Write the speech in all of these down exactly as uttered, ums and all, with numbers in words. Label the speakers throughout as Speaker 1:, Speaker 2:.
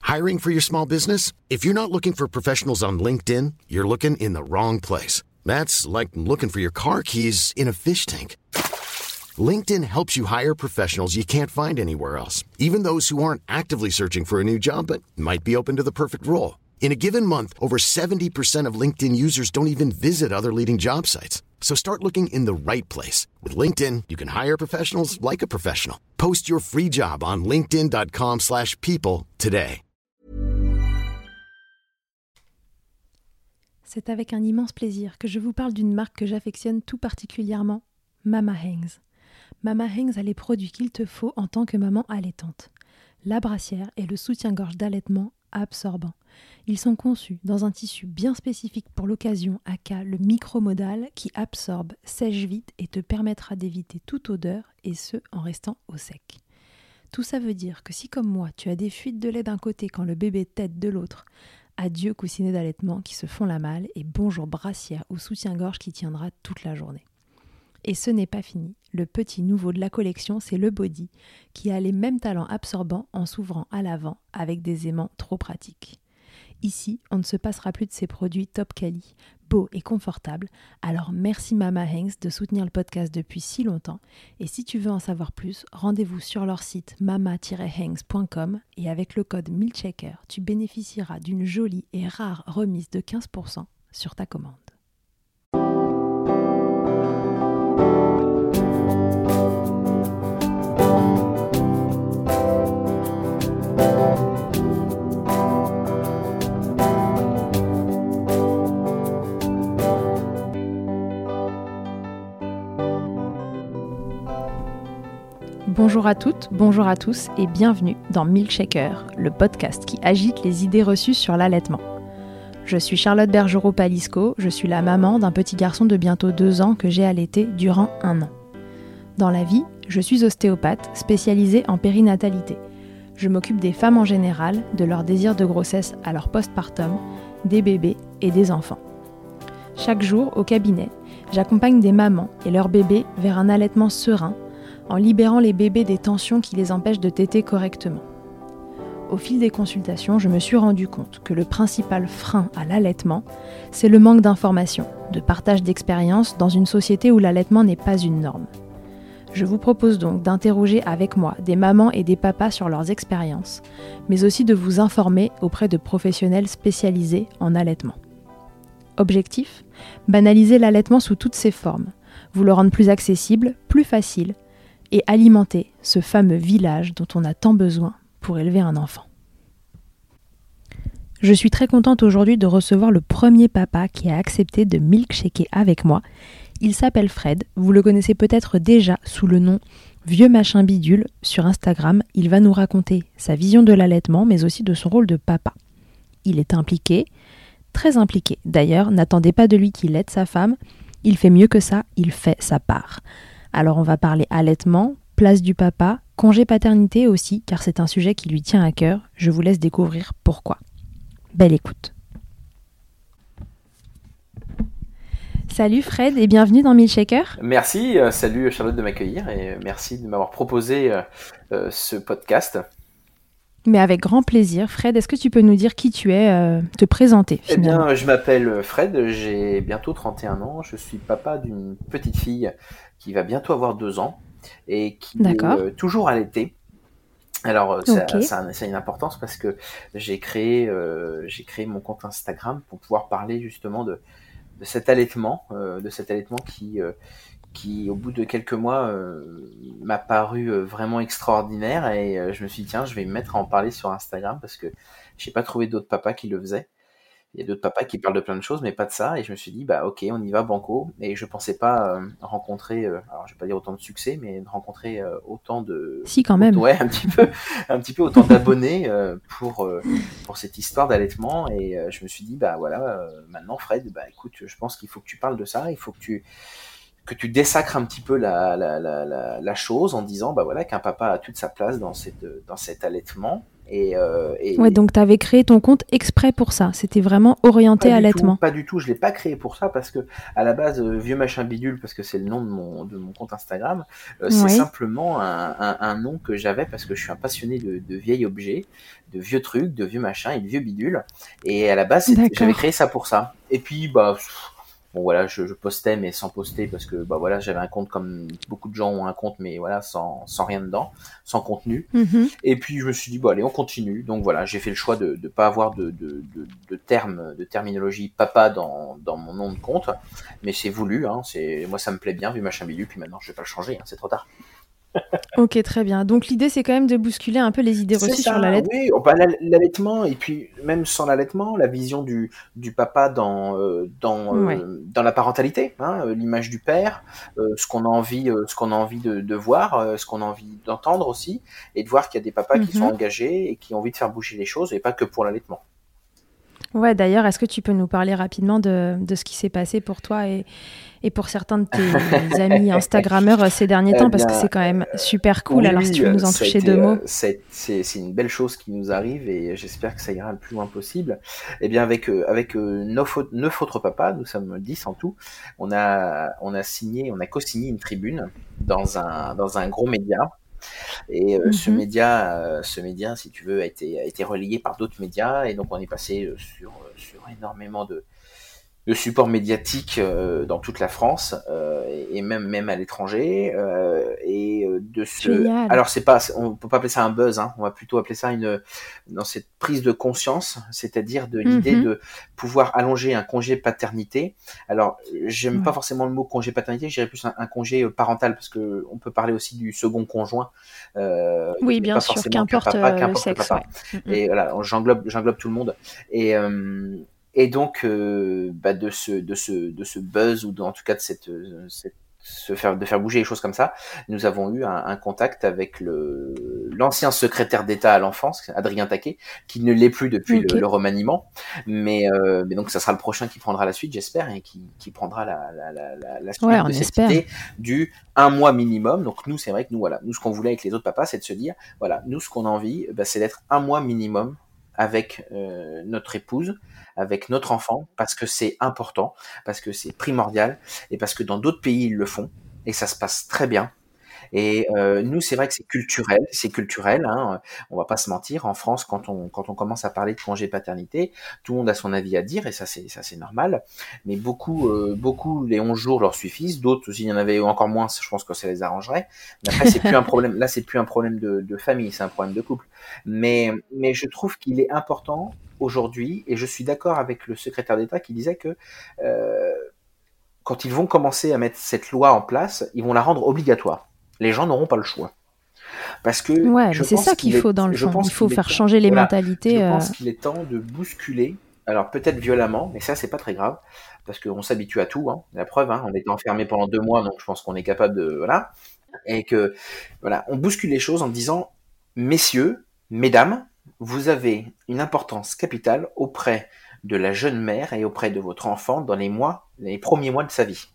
Speaker 1: Hiring for your small business? If you're not looking for professionals on LinkedIn, you're looking in the wrong place. That's like looking for your car keys in a fish tank. LinkedIn helps you hire professionals you can't find anywhere else, even those who aren't actively searching for a new job but might be open to the perfect role. In a given month, over seventy percent of LinkedIn users don't even visit other leading job sites. So start looking in the right place. With LinkedIn, you can hire professionals like a professional. Post your free job on linkedin.com slash people today.
Speaker 2: C'est avec un immense plaisir que je vous parle d'une marque que j'affectionne tout particulièrement, Mama Hanks. Mama Hanks a les produits qu'il te faut en tant que maman allaitante. La brassière et le soutien-gorge d'allaitement absorbant. Ils sont conçus dans un tissu bien spécifique pour l'occasion, aka le micromodal, qui absorbe, sèche vite et te permettra d'éviter toute odeur, et ce, en restant au sec. Tout ça veut dire que si, comme moi, tu as des fuites de lait d'un côté quand le bébé tète de l'autre, adieu coussinet d'allaitement qui se font la malle et bonjour brassière ou soutien-gorge qui tiendra toute la journée. Et ce n'est pas fini. Le petit nouveau de la collection, c'est le body, qui a les mêmes talents absorbants en s'ouvrant à l'avant avec des aimants trop pratiques. Ici, on ne se passera plus de ces produits top quali, beaux et confortables. Alors merci Mama Hanks de soutenir le podcast depuis si longtemps. Et si tu veux en savoir plus, rendez-vous sur leur site mama tiret hanks point com et avec le code MILCHECKER, tu bénéficieras d'une jolie et rare remise de quinze pour cent sur ta commande. Bonjour à toutes, bonjour à tous et bienvenue dans Milkshaker, le podcast qui agite les idées reçues sur l'allaitement. Je suis Charlotte Bergerot-Palisco, je suis la maman d'un petit garçon de bientôt deux ans que j'ai allaité durant un an. Dans la vie, je suis ostéopathe spécialisée en périnatalité. Je m'occupe des femmes en général, de leur désir de grossesse à leur postpartum, des bébés et des enfants. Chaque jour, au cabinet, j'accompagne des mamans et leurs bébés vers un allaitement serein, en libérant les bébés des tensions qui les empêchent de téter correctement. Au fil des consultations, je me suis rendu compte que le principal frein à l'allaitement, c'est le manque d'information, de partage d'expériences dans une société où l'allaitement n'est pas une norme. Je vous propose donc d'interroger avec moi des mamans et des papas sur leurs expériences, mais aussi de vous informer auprès de professionnels spécialisés en allaitement. Objectif : banaliser l'allaitement sous toutes ses formes, vous le rendre plus accessible, plus facile, et alimenter ce fameux village dont on a tant besoin pour élever un enfant. Je suis très contente aujourd'hui de recevoir le premier papa qui a accepté de milkshaker avec moi. Il s'appelle Fred, vous le connaissez peut-être déjà sous le nom Vieux Machin Bidule sur Instagram. Il va nous raconter sa vision de l'allaitement mais aussi de son rôle de papa. Il est impliqué, très impliqué. D'ailleurs, n'attendez pas de lui qu'il aide sa femme, il fait mieux que ça, il fait sa part. Alors on va parler allaitement, place du papa, congé paternité aussi, car c'est un sujet qui lui tient à cœur. Je vous laisse découvrir pourquoi. Belle écoute. Salut Fred et bienvenue dans Milkshaker.
Speaker 3: Merci, euh, salut Charlotte de m'accueillir et merci de m'avoir proposé euh, euh, ce podcast.
Speaker 2: Mais avec grand plaisir. Fred, est-ce que tu peux nous dire qui tu es, euh, te présenter finalement ?
Speaker 3: Eh bien, je m'appelle Fred, j'ai bientôt trente et un ans, je suis papa d'une petite fille qui va bientôt avoir deux ans et qui
Speaker 2: D'accord.
Speaker 3: est euh, toujours allaitée. Alors, ça,
Speaker 2: Okay.
Speaker 3: ça, a, ça a une importance parce que j'ai créé, euh, j'ai créé mon compte Instagram pour pouvoir parler justement de, de cet allaitement, euh, de cet allaitement qui, euh, qui, au bout de quelques mois, euh, m'a paru euh, vraiment extraordinaire et euh, je me suis dit, tiens, je vais me mettre à en parler sur Instagram parce que j'ai pas trouvé d'autres papas qui le faisaient. Il y a d'autres papas qui parlent de plein de choses, mais pas de ça. Et je me suis dit, bah ok, on y va banco. Et je pensais pas euh, rencontrer, euh, alors je vais pas dire autant de succès, mais rencontrer euh, autant de,
Speaker 2: Si, quand même.
Speaker 3: ouais, un petit peu, un petit peu autant d'abonnés euh, pour euh, pour cette histoire d'allaitement. Et euh, je me suis dit, bah voilà, euh, maintenant Fred, bah écoute, je pense qu'il faut que tu parles de ça. Il faut que tu que tu désacres un petit peu la la la la, la chose en disant, bah voilà, qu'un papa a toute sa place dans cette dans cet allaitement. Et, euh, et
Speaker 2: ouais, donc tu avais créé ton compte exprès pour ça. C'était vraiment orienté
Speaker 3: pas
Speaker 2: allaitement.
Speaker 3: Du tout, pas du tout. Je l'ai pas créé pour ça parce que à la base, euh, vieux machin bidule, parce que c'est le nom de mon de mon compte Instagram, euh, c'est
Speaker 2: Oui.
Speaker 3: simplement un, un, un nom que j'avais parce que je suis un passionné de, de vieils objets, de vieux trucs, de vieux machins et de vieux bidules. Et à la base, c'était- j'avais créé ça pour ça. Et puis, bah. Pff, bon voilà, je, je postais mais sans poster parce que bah voilà, j'avais un compte comme beaucoup de gens ont un compte mais voilà sans sans rien dedans, sans contenu.
Speaker 2: Mm-hmm.
Speaker 3: Et puis je me suis dit bon allez on continue. Donc voilà, j'ai fait le choix de de pas avoir de de de, de termes de terminologie papa dans dans mon nom de compte, mais c'est voulu hein, c'est moi ça me plaît bien vu machin bidule puis maintenant je vais pas le changer hein, c'est trop tard.
Speaker 2: Ok, très bien. Donc l'idée, c'est quand même de bousculer un peu les idées
Speaker 3: C'est
Speaker 2: reçues
Speaker 3: ça,
Speaker 2: sur l'allaitement.
Speaker 3: oui, oh, bah, l'all- l'allaitement et puis même sans l'allaitement, la vision du du papa dans euh, dans
Speaker 2: Ouais.
Speaker 3: euh, dans la parentalité, hein, euh, l'image du père, euh, ce qu'on a envie euh, ce qu'on a envie de, de voir, euh, ce qu'on a envie d'entendre aussi, et de voir qu'il y a des papas qui sont
Speaker 2: Mhm.
Speaker 3: engagés et qui ont envie de faire bouger les choses et pas que pour l'allaitement.
Speaker 2: Ouais, d'ailleurs, est-ce que tu peux nous parler rapidement de, de ce qui s'est passé pour toi et, et pour certains de tes amis Instagrammeurs euh, ces derniers
Speaker 3: Eh
Speaker 2: temps, parce que
Speaker 3: bien,
Speaker 2: c'est quand même super cool.
Speaker 3: oui,
Speaker 2: Alors, si tu veux
Speaker 3: oui,
Speaker 2: nous en
Speaker 3: ça a
Speaker 2: toucher
Speaker 3: été,
Speaker 2: deux mots.
Speaker 3: euh, c'est, c'est, c'est une belle chose qui nous arrive et j'espère que ça ira le plus loin possible. Eh bien, avec euh, avec euh, neuf, autres- neuf autres papas, nous sommes dix en tout. On a on a signé, on a co-signé une tribune dans un dans un gros média. Et euh, ce
Speaker 2: Mhm.
Speaker 3: média, euh, ce média, si tu veux, a été a été relayé par d'autres médias et donc on est passé euh, sur euh, sur énormément de de support médiatique euh, dans toute la France euh, et, et même même à l'étranger euh, et euh, de ce
Speaker 2: Génial.
Speaker 3: alors c'est pas on peut pas appeler ça un buzz hein, on va plutôt appeler ça une dans cette prise de conscience, c'est-à-dire de l'idée
Speaker 2: Mhm.
Speaker 3: de pouvoir allonger un congé paternité. Alors j'aime
Speaker 2: Ouais.
Speaker 3: pas forcément le mot congé paternité, je dirais plus un, un congé parental parce que on peut parler aussi du second conjoint euh,
Speaker 2: Oui,
Speaker 3: qui n'est
Speaker 2: bien
Speaker 3: pas
Speaker 2: sûr,
Speaker 3: forcément que
Speaker 2: qu'importe
Speaker 3: papa,
Speaker 2: euh, le
Speaker 3: qu'importe le
Speaker 2: sexe.
Speaker 3: papa.
Speaker 2: Ouais. Mhm.
Speaker 3: Et voilà, j'englobe j'englobe tout le monde et euh, et donc, euh, bah de ce, de ce, de ce buzz ou de, en tout cas de cette, cette, se faire, de faire bouger les choses comme ça, nous avons eu un, un contact avec le, l'ancien secrétaire d'État à l'enfance, Adrien Taquet, qui ne l'est plus depuis
Speaker 2: Ok.
Speaker 3: le, le remaniement, mais, euh, mais donc ça sera le prochain qui prendra la suite, j'espère, et qui, qui prendra la, la, la, la, la suite
Speaker 2: Ouais,
Speaker 3: de
Speaker 2: on
Speaker 3: cette
Speaker 2: espère.
Speaker 3: idée du un mois minimum. Donc nous, c'est vrai que nous, voilà, nous ce qu'on voulait avec les autres papas, c'est de se dire, voilà, nous ce qu'on a envie, bah, c'est d'être un mois minimum avec euh, notre épouse, avec notre enfant, parce que c'est important, parce que c'est primordial, et parce que dans d'autres pays ils le font, et ça se passe très bien. Et euh, nous, c'est vrai que c'est culturel, c'est culturel. Hein, on va pas se mentir. En France, quand on quand on commence à parler de congé paternité, tout le monde a son avis à dire, et ça c'est ça c'est normal. Mais beaucoup euh, beaucoup les onze jours leur suffisent. D'autres, s'il y en avait encore moins, je pense que ça les arrangerait. Mais après, c'est plus un problème. Là, c'est plus un problème de, de famille, c'est un problème de couple. Mais mais je trouve qu'il est important aujourd'hui, et je suis d'accord avec le secrétaire d'État qui disait que euh, quand ils vont commencer à mettre cette loi en place, ils vont la rendre obligatoire. Les gens n'auront pas le choix. Parce que
Speaker 2: Ouais,
Speaker 3: je
Speaker 2: mais c'est
Speaker 3: pense
Speaker 2: ça qu'il
Speaker 3: qu'il est,
Speaker 2: faut dans le
Speaker 3: je
Speaker 2: fond.
Speaker 3: pense
Speaker 2: Il faut
Speaker 3: qu'il est
Speaker 2: faire
Speaker 3: temps,
Speaker 2: changer les
Speaker 3: voilà, je
Speaker 2: mentalités. euh,
Speaker 3: pense qu'il est temps de bousculer, alors peut-être violemment, mais ça c'est pas très grave, parce qu'on s'habitue à tout, hein. La preuve, hein, on était enfermé pendant deux mois, donc je pense qu'on est capable de, voilà, et que, voilà, on bouscule les choses en disant, messieurs, mesdames, vous avez une importance capitale auprès de la jeune mère et auprès de votre enfant dans les mois, les premiers mois de sa vie.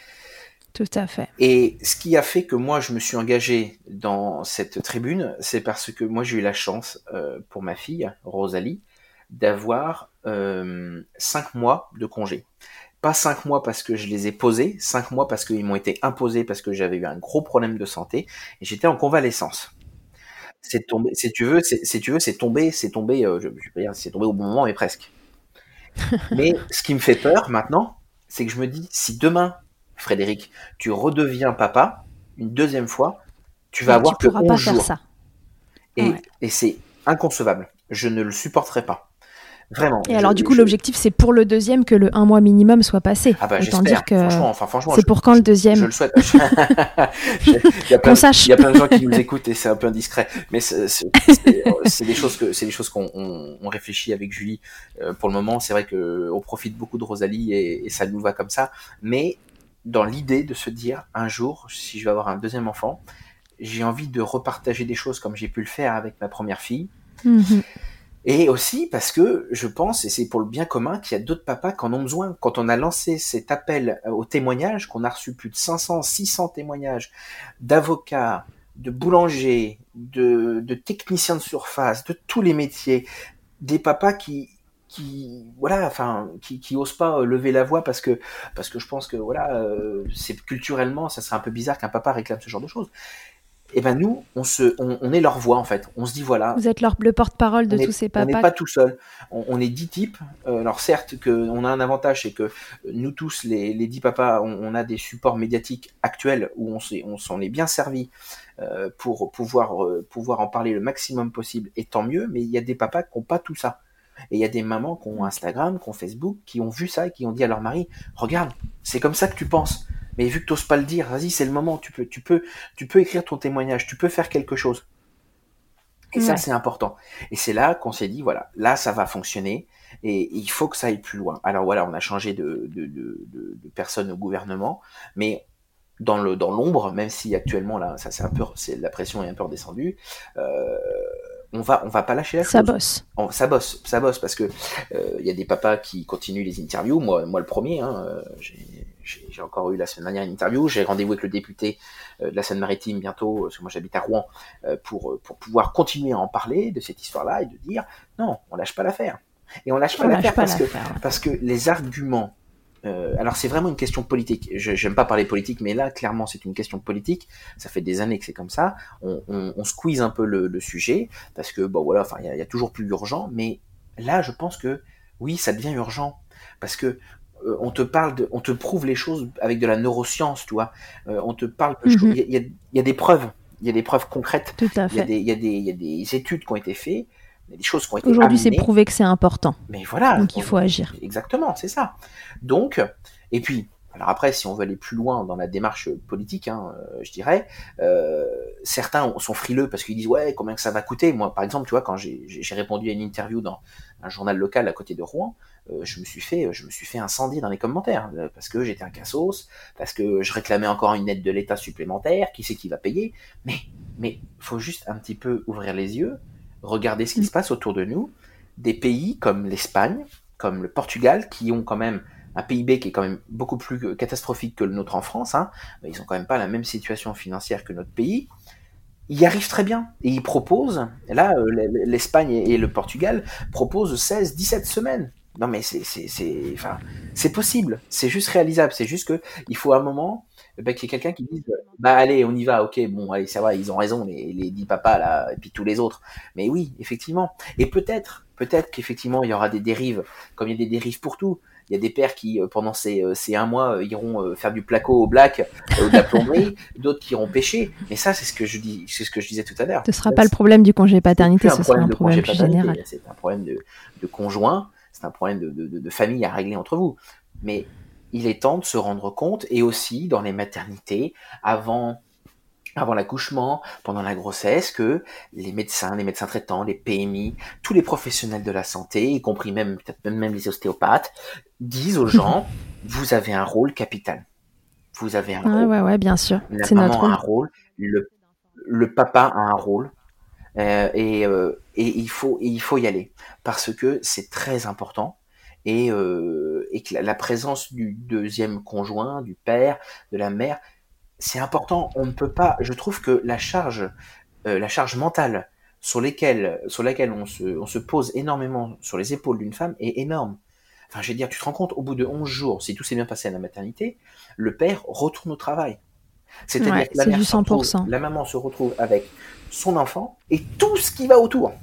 Speaker 2: Tout à fait.
Speaker 3: Et ce qui a fait que moi je me suis engagé dans cette tribune, c'est parce que moi j'ai eu la chance euh, pour ma fille Rosalie d'avoir euh, cinq mois de congé. Pas cinq mois parce que je les ai posés, cinq mois parce qu'ils m'ont été imposés parce que j'avais eu un gros problème de santé et j'étais en convalescence. C'est tombé, si tu veux, c'est, si tu veux, c'est tombé, c'est tombé, euh, je, je vais pas dire, c'est tombé au bon moment, mais presque. Mais ce qui me fait peur maintenant, c'est que je me dis, si demain, Frédéric, tu redeviens papa, une deuxième fois, tu vas
Speaker 2: Ouais, tu
Speaker 3: avoir que
Speaker 2: pourras
Speaker 3: onze
Speaker 2: pas faire
Speaker 3: jours.
Speaker 2: ça.
Speaker 3: Et,
Speaker 2: Ouais.
Speaker 3: et c'est inconcevable. Je ne le supporterai pas. Vraiment.
Speaker 2: Et
Speaker 3: je,
Speaker 2: alors, du coup,
Speaker 3: je...
Speaker 2: l'objectif, c'est pour le deuxième que le un mois minimum soit passé.
Speaker 3: Ah bah
Speaker 2: Autant
Speaker 3: j'espère.
Speaker 2: dire que
Speaker 3: Franchement, enfin franchement,
Speaker 2: c'est
Speaker 3: je,
Speaker 2: pour quand le deuxième
Speaker 3: je le souhaite. Il y a plein,
Speaker 2: qu'on sache.
Speaker 3: il y a plein de gens qui nous écoutent et c'est un peu indiscret, mais c'est, c'est, c'est, c'est des choses que c'est des choses qu'on on, on réfléchit avec Julie. Euh, pour le moment, c'est vrai que on profite beaucoup de Rosalie et, et ça nous va comme ça. Mais dans l'idée de se dire un jour, si je vais avoir un deuxième enfant, j'ai envie de repartager des choses comme j'ai pu le faire avec ma première fille.
Speaker 2: Mm-hmm.
Speaker 3: Et aussi parce que je pense, et c'est pour le bien commun, qu'il y a d'autres papas qui en ont besoin. Quand on a lancé cet appel au témoignage, qu'on a reçu plus de cinq cents, six cents témoignages d'avocats, de boulangers, de, de techniciens de surface, de tous les métiers, des papas qui qui voilà enfin qui qui osent pas lever la voix parce que parce que je pense que voilà euh, c'est culturellement ça serait un peu bizarre qu'un papa réclame ce genre de choses. Et ben nous on se on, on est leur voix en fait, on se dit voilà,
Speaker 2: Vous êtes leur, le porte-parole de
Speaker 3: on est,
Speaker 2: tous ces
Speaker 3: on n'est
Speaker 2: papas.
Speaker 3: pas tout seul, on, on est dix types. Euh, alors certes que on a un avantage, c'est que nous tous les, les dix papas on, on a des supports médiatiques actuels où on s'est on s'en est bien servi euh, pour pouvoir euh, pouvoir en parler le maximum possible, et tant mieux. Mais il y a des papas qui n'ont pas tout ça. Et il y a des mamans qui ont Instagram, qui ont Facebook, qui ont vu ça et qui ont dit à leur mari, regarde, c'est comme ça que tu penses. Mais vu que tu n'oses pas le dire, vas-y, c'est le moment, tu peux, tu peux, tu peux écrire ton témoignage, tu peux faire quelque chose. Et ouais. Ça, c'est important. Et c'est là qu'on s'est dit, voilà, là, ça va fonctionner et il faut que ça aille plus loin. Alors voilà, on a changé de, de, de, de, de personne au gouvernement, mais dans le dans l'ombre, même si actuellement là, ça c'est un peu, c'est la pression est un peu redescendue. Euh, on va on va pas lâcher la chose.
Speaker 2: Ça bosse.
Speaker 3: On, ça bosse, ça bosse parce que il euh, y a des papas qui continuent les interviews. Moi moi le premier. Hein, j'ai, j'ai, j'ai encore eu la semaine dernière une interview. J'ai rendez-vous avec le député euh, de la Seine-Maritime bientôt, parce que moi j'habite à Rouen, euh, pour pour pouvoir continuer à en parler de cette histoire-là et de dire non, on lâche pas l'affaire. Et on lâche pas on l'affaire lâche pas parce l'affaire. que parce que les arguments. Euh, alors c'est vraiment une question politique. Je j'aime pas parler politique, mais là clairement c'est une question politique. Ça fait des années que c'est comme ça. On, on, on squeeze un peu le, le sujet parce que bon voilà, enfin il y, y a toujours plus urgent. Mais là je pense que oui, ça devient urgent parce que euh, on te parle, de, on te prouve les choses avec de la neuroscience, tu vois. Euh, on te parle de choses. Il y a, y, a, y a des preuves. Il y a des preuves concrètes.
Speaker 2: Tout à fait.
Speaker 3: Il y a des il y a des il y a des études qui ont été faites. Il y a des choses qui ont été
Speaker 2: Aujourd'hui,
Speaker 3: amenées.
Speaker 2: c'est prouvé que c'est important.
Speaker 3: Mais voilà.
Speaker 2: Donc, il faut agir.
Speaker 3: Exactement, c'est ça. Donc, et puis, alors après, si on veut aller plus loin dans la démarche politique, hein, euh, je dirais, euh, certains sont frileux parce qu'ils disent, ouais, combien que ça va coûter? Moi, par exemple, tu vois, quand j'ai, j'ai répondu à une interview dans un journal local à côté de Rouen, euh, je me suis fait, je me suis fait incendier dans les commentaires euh, parce que j'étais un cassos, parce que je réclamais encore une aide de l'État supplémentaire, qui c'est qui va payer? Mais, mais, faut juste un petit peu ouvrir les yeux, regarder ce qui se passe autour de nous, des pays comme l'Espagne, comme le Portugal, qui ont quand même un P I B qui est quand même beaucoup plus catastrophique que le nôtre en France, hein, ils ont quand même pas la même situation financière que notre pays, ils y arrivent très bien, et ils proposent, là, l'Espagne et le Portugal proposent seize, dix-sept semaines. Non mais c'est, c'est, c'est, enfin, c'est possible, c'est juste réalisable, c'est juste que il faut à un moment bah, qu'il y ait quelqu'un qui dise bah allez on y va, ok bon allez ça va, ils ont raison les, les dix papas là et puis tous les autres, mais oui effectivement, et peut-être peut-être qu'effectivement il y aura des dérives, comme il y a des dérives pour tout. Il y a des pères qui, pendant ces, ces un mois, iront faire du placo au black ou de la plomberie, d'autres qui iront pêcher. Mais ça, c'est ce que je dis, c'est ce que je disais tout à l'heure.
Speaker 2: Ce ne sera pas le problème du congé paternité, ce sera un
Speaker 3: de
Speaker 2: problème plus général.
Speaker 3: C'est un problème de, de conjoint, c'est un problème de, de, de famille à régler entre vous. Mais il est temps de se rendre compte, et aussi dans les maternités, avant... avant l'accouchement, pendant la grossesse, que les médecins, les médecins traitants, les P M I, tous les professionnels de la santé, y compris même peut-être même les ostéopathes, disent aux gens, vous avez un rôle capital. Vous avez un
Speaker 2: ah,
Speaker 3: rôle.
Speaker 2: Ouais, ouais, bien sûr.
Speaker 3: La
Speaker 2: c'est
Speaker 3: maman
Speaker 2: notre
Speaker 3: a
Speaker 2: rôle.
Speaker 3: un rôle, le, le papa a un rôle, euh, et, euh, et il faut, et il faut y aller parce que c'est très important. Et, euh, et que la, la présence du deuxième conjoint, du père, de la mère, c'est important. On ne peut pas. Je trouve que la charge, euh, la charge mentale sur lesquelles, sur laquelle on se, on se pose énormément sur les épaules d'une femme est énorme. Enfin, je veux dire, tu te rends compte, au bout de onze jours, si tout s'est bien passé à la maternité, le père retourne au travail. C'est-à-dire
Speaker 2: ouais,
Speaker 3: que la,
Speaker 2: c'est
Speaker 3: mère
Speaker 2: du
Speaker 3: se retrouve,
Speaker 2: cent pour cent.
Speaker 3: la maman se retrouve avec son enfant et tout ce qui va autour.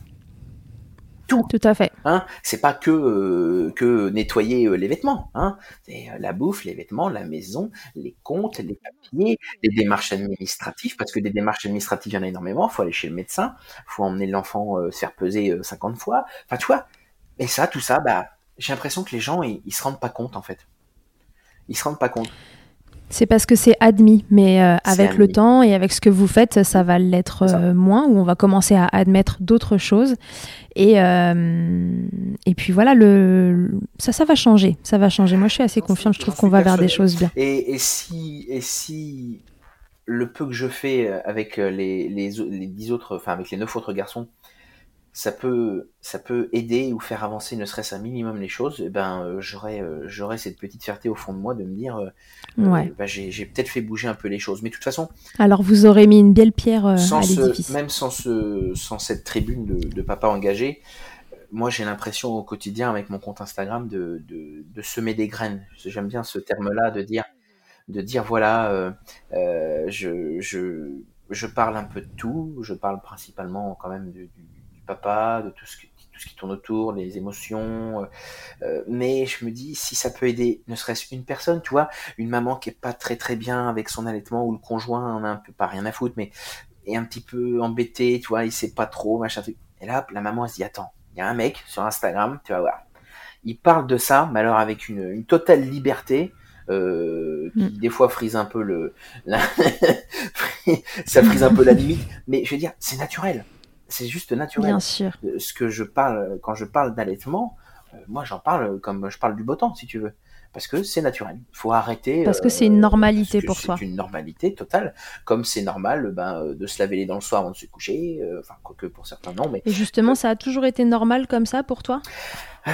Speaker 3: Tout.
Speaker 2: Tout à fait.
Speaker 3: Hein, c'est pas que euh, que nettoyer euh, les vêtements, hein. C'est euh, la bouffe, les vêtements, la maison, les comptes, les papiers, les démarches administratives, parce que des démarches administratives il y en a énormément. Faut aller chez le médecin, faut emmener l'enfant euh, se faire peser euh, cinquante fois. Enfin, tu vois. Et ça, tout ça, bah, j'ai l'impression que les gens ils, ils se rendent pas compte en fait. Ils se rendent pas compte.
Speaker 2: C'est parce que c'est admis, mais euh, avec
Speaker 3: admis.
Speaker 2: le temps et avec ce que vous faites, ça va l'être euh, moins, où on va commencer à admettre d'autres choses. Et, euh, et puis voilà, le, ça, ça va changer. Ça va changer. Moi, je suis assez confiante. Je trouve qu'on va vers des choses bien.
Speaker 3: Et, et, si, et si le peu que je fais avec les, les, les dix autres, enfin avec les neuf autres garçons, ça peut, ça peut aider ou faire avancer ne serait-ce un minimum les choses, eh ben, euh, j'aurais, euh, j'aurais cette petite fierté au fond de moi de me dire, euh,
Speaker 2: Ouais.
Speaker 3: euh, bah, j'ai, j'ai peut-être fait bouger un peu les choses. Mais de toute façon,
Speaker 2: Alors vous aurez mis une belle pierre euh,
Speaker 3: sans
Speaker 2: à
Speaker 3: ce,
Speaker 2: l'édifice.
Speaker 3: même sans ce, sans cette tribune de, de papa engagé, moi j'ai l'impression au quotidien avec mon compte Instagram de, de, de semer des graines. J'aime bien ce terme-là, de dire, de dire voilà, euh, euh, je, je, je parle un peu de tout, je parle principalement quand même du, du, du papa, de tout ce, qui, tout ce qui tourne autour, les émotions, euh, mais je me dis si ça peut aider ne serait-ce une personne, tu vois, une maman qui est pas très très bien avec son allaitement ou le conjoint en a un peu pas rien à foutre, mais est un petit peu embêté, tu vois, il sait pas trop, machin truc. Et là, la maman elle se dit attends, il y a un mec sur Instagram, tu vas voir, il parle de ça, mais alors avec une, une totale liberté. Euh, qui mm. des fois frise un peu le, la ça frise un peu la limite, mais je veux dire, c'est naturel, c'est juste naturel.
Speaker 2: Bien sûr.
Speaker 3: Ce que je parle quand je parle d'allaitement, euh, moi j'en parle comme je parle du beau temps, si tu veux, parce que c'est naturel. Il faut arrêter.
Speaker 2: Parce que euh, c'est une normalité pour
Speaker 3: c'est
Speaker 2: toi.
Speaker 3: C'est une normalité totale, comme c'est normal, ben de se laver les dents le soir avant de se coucher. Euh, enfin, quoique pour certains non, mais.
Speaker 2: Et justement, euh, ça a toujours été normal comme ça pour toi ?
Speaker 3: euh,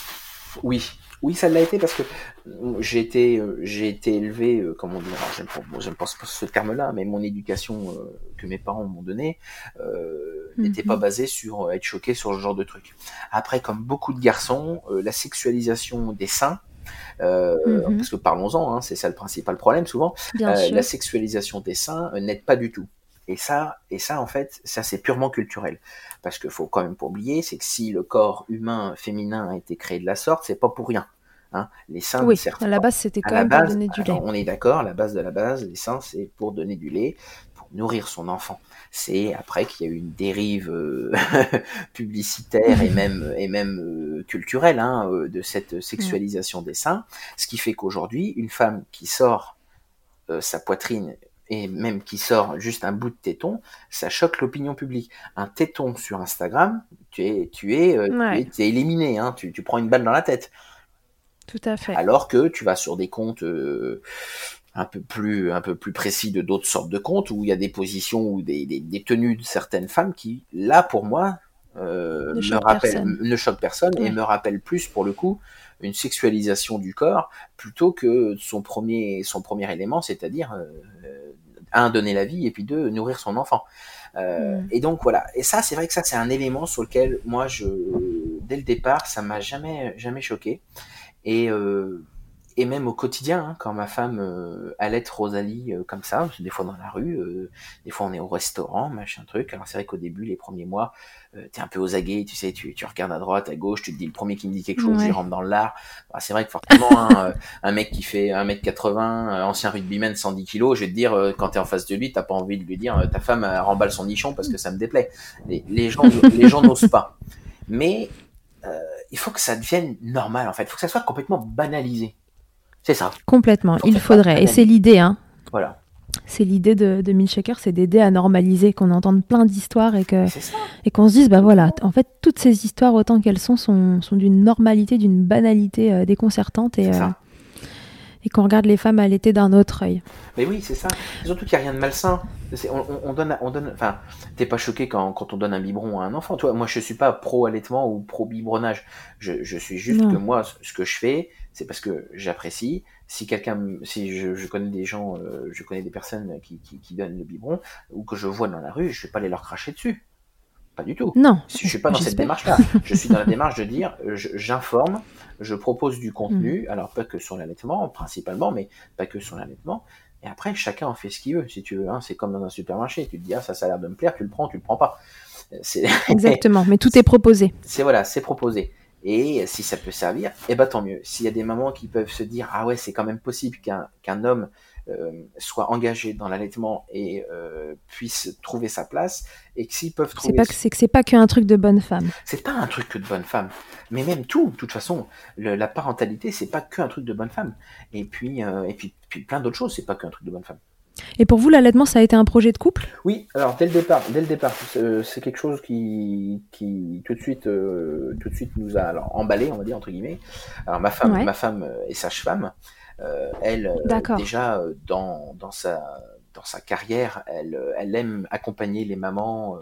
Speaker 3: Oui. Oui, ça l'a été parce que j'ai été, j'ai été élevé, euh, comment dire, alors j'aime, bon, j'aime pas ce terme-là, mais mon éducation euh, que mes parents m'ont donnée euh, mm-hmm. n'était pas basée sur être choqué sur ce genre de truc. Après, comme beaucoup de garçons, euh, la sexualisation des seins, euh, mm-hmm. parce que parlons-en, hein, c'est ça le principal problème souvent, euh, la sexualisation des seins euh, n'aide pas du tout. Et ça, et ça, en fait, ça c'est purement culturel. Parce qu'il faut quand même pas oublier, c'est que si le corps humain féminin a été créé de la sorte, c'est pas pour rien. Hein, les seins
Speaker 2: oui,
Speaker 3: ne servent
Speaker 2: à la base, c'était quand même
Speaker 3: base,
Speaker 2: pour donner du lait.
Speaker 3: On est d'accord, la base de la base, les seins, c'est pour donner du lait, pour nourrir son enfant. C'est après qu'il y a eu une dérive euh, publicitaire et même, et même euh, culturelle hein, euh, de cette sexualisation mmh. des seins, ce qui fait qu'aujourd'hui, une femme qui sort euh, sa poitrine et même qui sort juste un bout de téton, ça choque l'opinion publique. Un téton sur Instagram, tu es, tu es, euh, ouais. tu es, tu es éliminé, hein, tu, tu prends une balle dans la tête.
Speaker 2: Tout à fait.
Speaker 3: Alors que tu vas sur des comptes euh, un peu plus un peu plus précis de d'autres sortes de comptes où il y a des positions ou des, des, des tenues de certaines femmes qui, là pour moi, euh,
Speaker 2: ne,
Speaker 3: me
Speaker 2: choque
Speaker 3: rappellent, ne choquent personne ouais. et me rappellent plus pour le coup une sexualisation du corps plutôt que son premier son premier élément, c'est-à-dire euh, un donner la vie et puis deux nourrir son enfant. Euh, mmh. Et donc voilà. Et ça, c'est vrai que ça c'est un élément sur lequel moi je dès le départ ça m'a jamais jamais choqué. Et, euh, et même au quotidien, hein, quand ma femme euh, allait Rosalie euh, comme ça, des fois dans la rue, euh, des fois on est au restaurant, machin truc. Alors c'est vrai qu'au début, les premiers mois, euh, t'es un peu aux aguets, tu sais, tu, tu regardes à droite, à gauche, tu te dis le premier qui me dit quelque chose, ouais. j'y rentre dans l'art. Bah, c'est vrai que forcément, hein, un mec qui fait un mètre quatre-vingts, euh, ancien rugbyman, cent dix kilos, je vais te dire, euh, quand t'es en face de lui, t'as pas envie de lui dire, euh, ta femme euh, remballe son nichon parce que ça me déplaît. Les, les gens, les gens n'osent pas. Mais Euh, il faut que ça devienne normal en fait, il faut que ça soit complètement banalisé. C'est ça.
Speaker 2: Complètement, il faudrait, et c'est l'idée. Hein.
Speaker 3: Voilà.
Speaker 2: C'est l'idée de, de Milkshaker, c'est d'aider à normaliser, qu'on entende plein d'histoires et, que, et qu'on se dise, bah voilà, en fait, toutes ces histoires, autant qu'elles sont, sont, sont d'une normalité, d'une banalité euh, déconcertante et, euh, et qu'on regarde les femmes allaiter d'un autre œil.
Speaker 3: Mais oui, c'est ça. Surtout qu'il n'y a rien de malsain. C'est, on, on donne, on donne, enfin, t'es pas choqué quand, quand on donne un biberon à un enfant. Tu vois, moi, je suis pas pro-allaitement ou pro-biberonnage. Je, je suis juste non. que moi, ce que je fais, c'est parce que j'apprécie. Si quelqu'un, si je, je connais des gens, euh, je connais des personnes qui, qui, qui donnent le biberon ou que je vois dans la rue, je vais pas aller leur cracher dessus. Pas du tout.
Speaker 2: Non.
Speaker 3: Je suis pas dans cette démarche-là. Je suis dans la démarche de dire, je, j'informe, je propose du contenu, mmh. alors pas que sur l'allaitement, principalement, mais pas que sur l'allaitement. Et après, chacun en fait ce qu'il veut, si tu veux. Hein. C'est comme dans un supermarché. Tu te dis, ah, ça, ça a l'air de me plaire, tu le prends, tu le prends pas. C'est...
Speaker 2: Exactement, mais tout est proposé.
Speaker 3: C'est voilà, c'est proposé. Et si ça peut servir, eh ben tant mieux. S'il y a des mamans qui peuvent se dire, ah ouais, c'est quand même possible qu'un, qu'un homme euh, soit engagé dans l'allaitement et euh, puisse trouver sa place, et que s'ils peuvent trouver...
Speaker 2: C'est, pas que, c'est que c'est pas qu'un truc de bonne femme.
Speaker 3: C'est pas un truc que de bonne femme. Mais même tout, de toute façon, le, la parentalité, c'est pas qu'un truc de bonne femme. Et puis, euh, et puis, puis plein d'autres choses, c'est pas qu'un truc de bonne femme.
Speaker 2: Et pour vous, l'allaitement, ça a été un projet de couple ?
Speaker 3: Oui, alors dès le départ, dès le départ, c'est, c'est quelque chose qui, qui tout de suite, euh, tout de suite nous a alors emballé, on va dire entre guillemets. Alors ma femme, ouais. ma femme est sage-femme. Euh, elle, euh, déjà dans dans sa dans sa carrière, elle elle aime accompagner les mamans euh,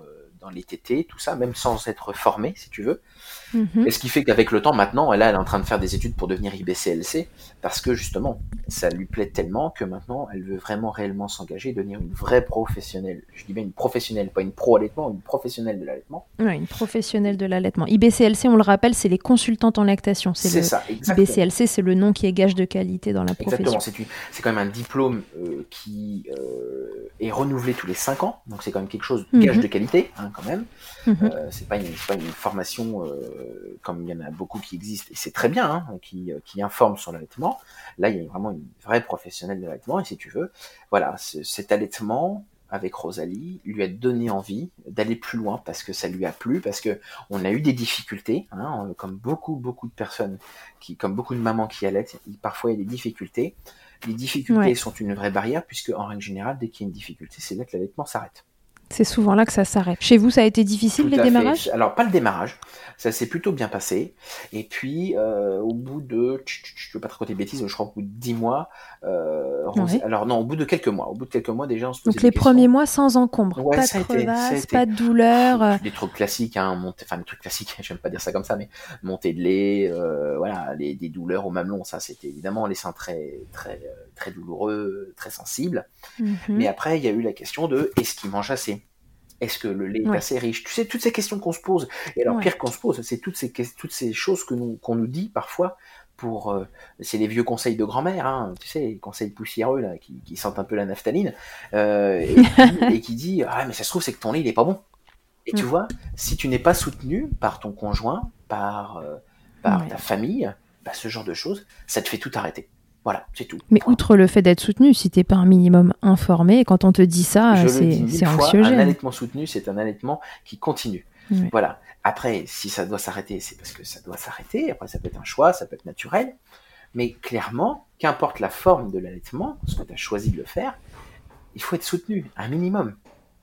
Speaker 3: dans les tétés, tout ça, même sans être formée, si tu veux.
Speaker 2: Mhm.
Speaker 3: Et ce qui fait qu'avec le temps, maintenant, elle, elle est en train de faire des études pour devenir I B C L C, parce que justement, ça lui plaît tellement que maintenant, elle veut vraiment réellement s'engager et devenir une vraie professionnelle. Je dis bien une professionnelle, pas une pro-allaitement, une professionnelle de l'allaitement.
Speaker 2: Ouais, une professionnelle de l'allaitement. I B C L C, on le rappelle, c'est les consultantes en lactation. C'est,
Speaker 3: C'est
Speaker 2: le...
Speaker 3: ça, exactement.
Speaker 2: I B C L C, c'est le nom qui est gage de qualité dans la profession.
Speaker 3: Exactement, c'est, une, c'est quand même un diplôme euh, qui euh, est renouvelé tous les cinq ans, donc c'est quand même quelque chose de gage
Speaker 2: Mhm.
Speaker 3: de qualité, hein, quand même.
Speaker 2: Mhm.
Speaker 3: Euh, c'est pas une, c'est pas une formation euh, comme il y en a beaucoup qui existent, et c'est très bien, hein, qui, qui informent sur l'allaitement. Là, il y a vraiment une vraie professionnelle de l'allaitement, et si tu veux, voilà, ce, cet allaitement avec Rosalie lui a donné envie d'aller plus loin parce que ça lui a plu, parce que on a eu des difficultés, hein, comme beaucoup beaucoup de personnes, qui, comme beaucoup de mamans qui allaitent, parfois il y a des difficultés. Les difficultés
Speaker 2: Ouais.
Speaker 3: sont une vraie barrière puisque en règle générale, dès qu'il y a une difficulté, c'est là que l'allaitement s'arrête.
Speaker 2: C'est souvent là que ça s'arrête. Chez vous, ça a été difficile,
Speaker 3: Tout
Speaker 2: les
Speaker 3: à
Speaker 2: démarrages ?
Speaker 3: fait. Alors, pas le démarrage, ça s'est plutôt bien passé. Et puis, euh, au bout de, je ne veux pas te raconter de bêtises, je crois qu'au bout de dix mois, euh, Rosé...
Speaker 2: Ouais.
Speaker 3: alors non, au bout de quelques mois, au bout de quelques mois, déjà, on se posait
Speaker 2: Donc
Speaker 3: des
Speaker 2: les
Speaker 3: questions.
Speaker 2: premiers mois sans encombre,
Speaker 3: Ouais,
Speaker 2: pas
Speaker 3: ça a
Speaker 2: de
Speaker 3: été, ça a
Speaker 2: crevasse,
Speaker 3: été.
Speaker 2: pas de douleur. euh,
Speaker 3: Des trucs classiques, hein, monter, enfin des trucs classiques, j'aime pas dire ça comme ça, mais montée de lait, euh, voilà, les, des douleurs au mamelon, ça c'était évidemment les seins très, très, très douloureux, très sensibles.
Speaker 2: mhm.
Speaker 3: Mais après, il y a eu la question de est-ce qu'il mange assez ? Est-ce que le lait est
Speaker 2: Ouais.
Speaker 3: assez riche ? Tu sais, toutes ces questions qu'on se pose. Et alors,
Speaker 2: Ouais.
Speaker 3: pire qu'on se pose, c'est toutes ces, toutes ces choses que nous, qu'on nous dit parfois pour... Euh, c'est les vieux conseils de grand-mère, hein, tu sais, les conseils poussiéreux, là, qui, qui sentent un peu la naphtaline, euh, et, qui, et qui dit « Ah, mais ça se trouve, c'est que ton lait, il est pas bon. » Et tu
Speaker 2: Mm.
Speaker 3: vois, si tu n'es pas soutenu par ton conjoint, par, euh, par
Speaker 2: Ouais.
Speaker 3: ta famille, bah, ce genre de choses, ça te fait tout arrêter. Voilà, c'est tout.
Speaker 2: Mais
Speaker 3: Point.
Speaker 2: outre le fait d'être soutenu, si t'es pas un minimum informé, et quand on te dit ça,
Speaker 3: Je
Speaker 2: c'est,
Speaker 3: le dis mille
Speaker 2: c'est
Speaker 3: fois,
Speaker 2: anxiogène.
Speaker 3: un allaitement soutenu, c'est un allaitement qui continue.
Speaker 2: Ouais.
Speaker 3: Voilà. Après, si ça doit s'arrêter, c'est parce que ça doit s'arrêter. Après, ça peut être un choix, ça peut être naturel. Mais clairement, qu'importe la forme de l'allaitement, ce que tu as choisi de le faire, il faut être soutenu, un minimum.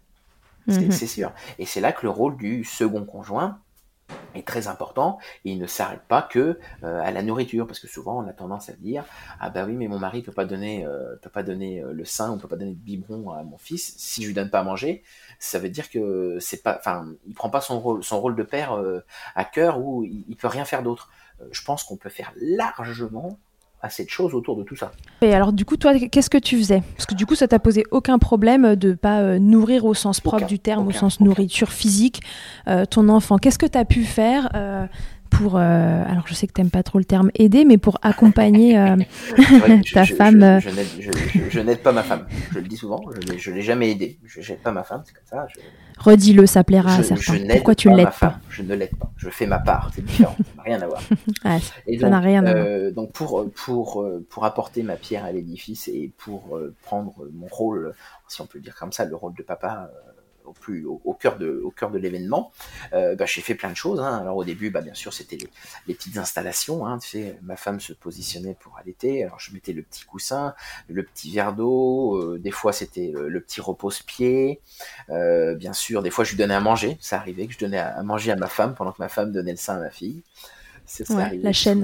Speaker 3: C'est,
Speaker 2: Mhm.
Speaker 3: c'est sûr. Et c'est là que le rôle du second conjoint est très important, et il ne s'arrête pas que euh, à la nourriture, parce que souvent on a tendance à dire ah bah oui, mais mon mari peut pas donner euh, peut pas donner euh, le sein, on peut pas donner de biberon à mon fils, si je lui donne pas à manger, ça veut dire que c'est pas, enfin, il prend pas son rôle son rôle de père euh, à cœur, ou il, il peut rien faire d'autre. Euh, je pense qu'on peut faire largement assez de choses autour de tout ça.
Speaker 2: Et alors du coup, toi, qu'est-ce que tu faisais ? Parce que du coup, ça t'a posé aucun problème de pas euh, nourrir au sens propre
Speaker 3: Aucun,
Speaker 2: du terme,
Speaker 3: aucun,
Speaker 2: au sens
Speaker 3: aucun.
Speaker 2: nourriture physique, euh, ton enfant. Qu'est-ce que tu as pu faire euh, pour, euh, alors je sais que t'aimes pas trop le terme aider, mais pour accompagner euh,
Speaker 3: vrai,
Speaker 2: ta
Speaker 3: je,
Speaker 2: femme
Speaker 3: je,
Speaker 2: euh...
Speaker 3: je, je, n'aide, je, je, je n'aide pas ma femme, je le dis souvent, je ne l'ai jamais aidée, je n'aide pas ma femme, c'est comme ça. Je...
Speaker 2: Redis-le, ça plaira
Speaker 3: je,
Speaker 2: à certains.
Speaker 3: Je n'aide
Speaker 2: Pourquoi tu
Speaker 3: pas
Speaker 2: l'aides
Speaker 3: ma
Speaker 2: pas
Speaker 3: femme, je ne l'aide pas, je fais ma part, c'est différent, ça n'a rien à voir.
Speaker 2: Ah,
Speaker 3: Et
Speaker 2: ça
Speaker 3: donc,
Speaker 2: n'a rien à
Speaker 3: euh,
Speaker 2: voir.
Speaker 3: donc pour, pour, pour apporter ma pierre à l'édifice et pour euh, prendre mon rôle, si on peut le dire comme ça, le rôle de papa euh, au, plus, au, au, cœur de, au cœur de l'événement, euh, bah, j'ai fait plein de choses. Hein. Alors au début, bah, bien sûr, c'était les, les petites installations. Hein. Tu sais, ma femme se positionnait pour allaiter. Alors je mettais le petit coussin, le petit verre d'eau. Euh, des fois, c'était le, le petit repose-pied. Euh, bien sûr, des fois, je lui donnais à manger. Ça arrivait que je donnais à, à manger à ma femme pendant que ma femme donnait le sein à ma fille. C'est ça,
Speaker 2: ouais, la chaîne.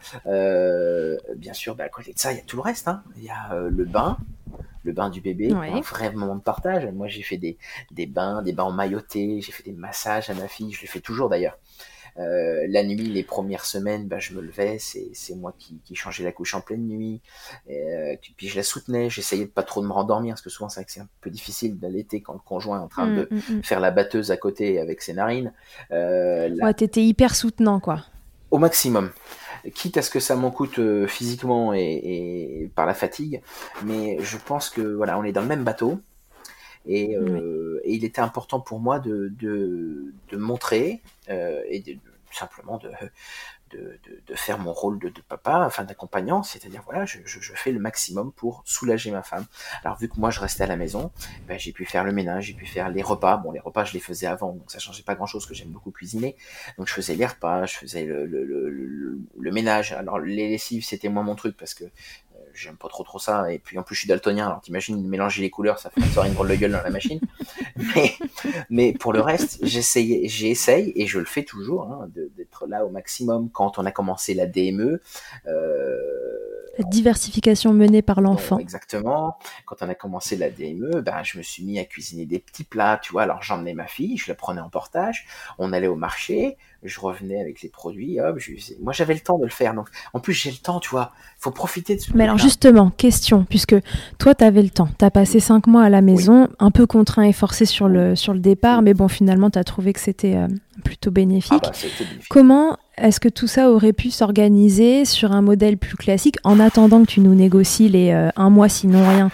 Speaker 3: Euh, bien sûr, bah, à côté de ça, il y a tout le reste. Hein. Il y a euh, le bain, le bain du bébé, ouais. Un vrai moment de partage. Moi, j'ai fait des, des bains, des bains emmaillotés, j'ai fait des massages à ma fille, je les fais toujours d'ailleurs. Euh, la nuit, les premières semaines, bah, je me levais, c'est, c'est moi qui, qui changeais la couche en pleine nuit, euh, puis je la soutenais, j'essayais de pas trop de me rendormir, parce que souvent c'est vrai que c'est un peu difficile d'allaiter quand le conjoint est en train mmh, de mmh. faire la batteuse à côté avec ses narines.
Speaker 2: Euh, la... Ouais, t'étais hyper soutenant, quoi.
Speaker 3: Au maximum, quitte à ce que ça m'en coûte euh, physiquement et, et par la fatigue, mais je pense que voilà, on est dans le même bateau, et, euh, oui. et il était important pour moi de, de, de montrer euh, et de, simplement de, de, de, de faire mon rôle de, de papa, enfin d'accompagnant, c'est-à-dire voilà, je, je, je fais le maximum pour soulager ma femme. Alors vu que moi je restais à la maison, ben, j'ai pu faire le ménage, j'ai pu faire les repas. Bon, les repas je les faisais avant, donc ça changeait pas grand-chose, que j'aime beaucoup cuisiner. Donc je faisais les repas, je faisais le, le, le, le, le ménage. Alors les lessives c'était moins mon truc parce que j'aime pas trop trop ça, et puis en plus je suis daltonien, alors t'imagines mélanger les couleurs, ça fait ça une drôle de gueule dans la machine. mais, mais pour le reste, j'essaye, j'essaye et je le fais toujours, hein, de, d'être là au maximum. Quand on a commencé la D M E, euh,
Speaker 2: La diversification menée par l'enfant.
Speaker 3: Bon, exactement. Quand on a commencé la D M E, ben, je me suis mis à cuisiner des petits plats, tu vois. Alors, j'emmenais ma fille, je la prenais en portage, on allait au marché, je revenais avec les produits, hop, je lui faisais- moi, j'avais le temps de le faire. Donc, en plus, j'ai le temps, tu vois. Faut profiter de ce
Speaker 2: Mais alors
Speaker 3: truc-là.
Speaker 2: justement, question, puisque toi, tu avais le temps. Tu as passé cinq mois à la maison, un peu contraint et forcé sur le, sur le départ,
Speaker 3: Oui.
Speaker 2: mais bon, finalement, tu as trouvé que c'était euh, plutôt
Speaker 3: Ah
Speaker 2: bénéfique.
Speaker 3: bah, c'était bénéfique.
Speaker 2: Comment est-ce que tout ça aurait pu s'organiser sur un modèle plus classique en attendant que tu nous négocies les euh, un mois sinon rien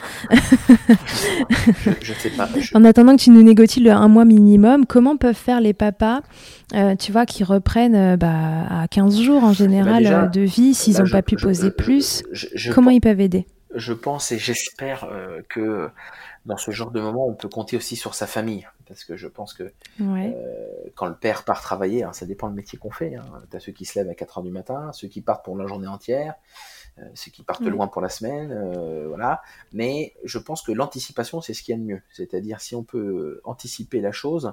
Speaker 3: Je, je sais pas. Je-
Speaker 2: En attendant que tu nous négocies le un mois minimum, comment peuvent faire les papas, euh, tu vois, qui reprennent euh, bah, à quinze jours en général
Speaker 3: déjà,
Speaker 2: euh, de vie, s'ils
Speaker 3: là,
Speaker 2: n'ont
Speaker 3: je-
Speaker 2: pas pu
Speaker 3: je-
Speaker 2: poser
Speaker 3: je-
Speaker 2: plus,
Speaker 3: je- je
Speaker 2: comment
Speaker 3: pense-
Speaker 2: ils peuvent aider?
Speaker 3: Je pense et j'espère euh, que dans ce genre de moment, on peut compter aussi sur sa famille. Parce que je pense que
Speaker 2: Ouais.
Speaker 3: euh, quand le père part travailler, hein, ça dépend le métier qu'on fait. Hein. Tu as ceux qui se lèvent à quatre heures du matin, ceux qui partent pour la journée entière, euh, ceux qui partent
Speaker 2: Ouais.
Speaker 3: loin pour la semaine. Euh, voilà. Mais je pense que l'anticipation, c'est ce qu'il y a de mieux. C'est-à-dire si on peut anticiper la chose,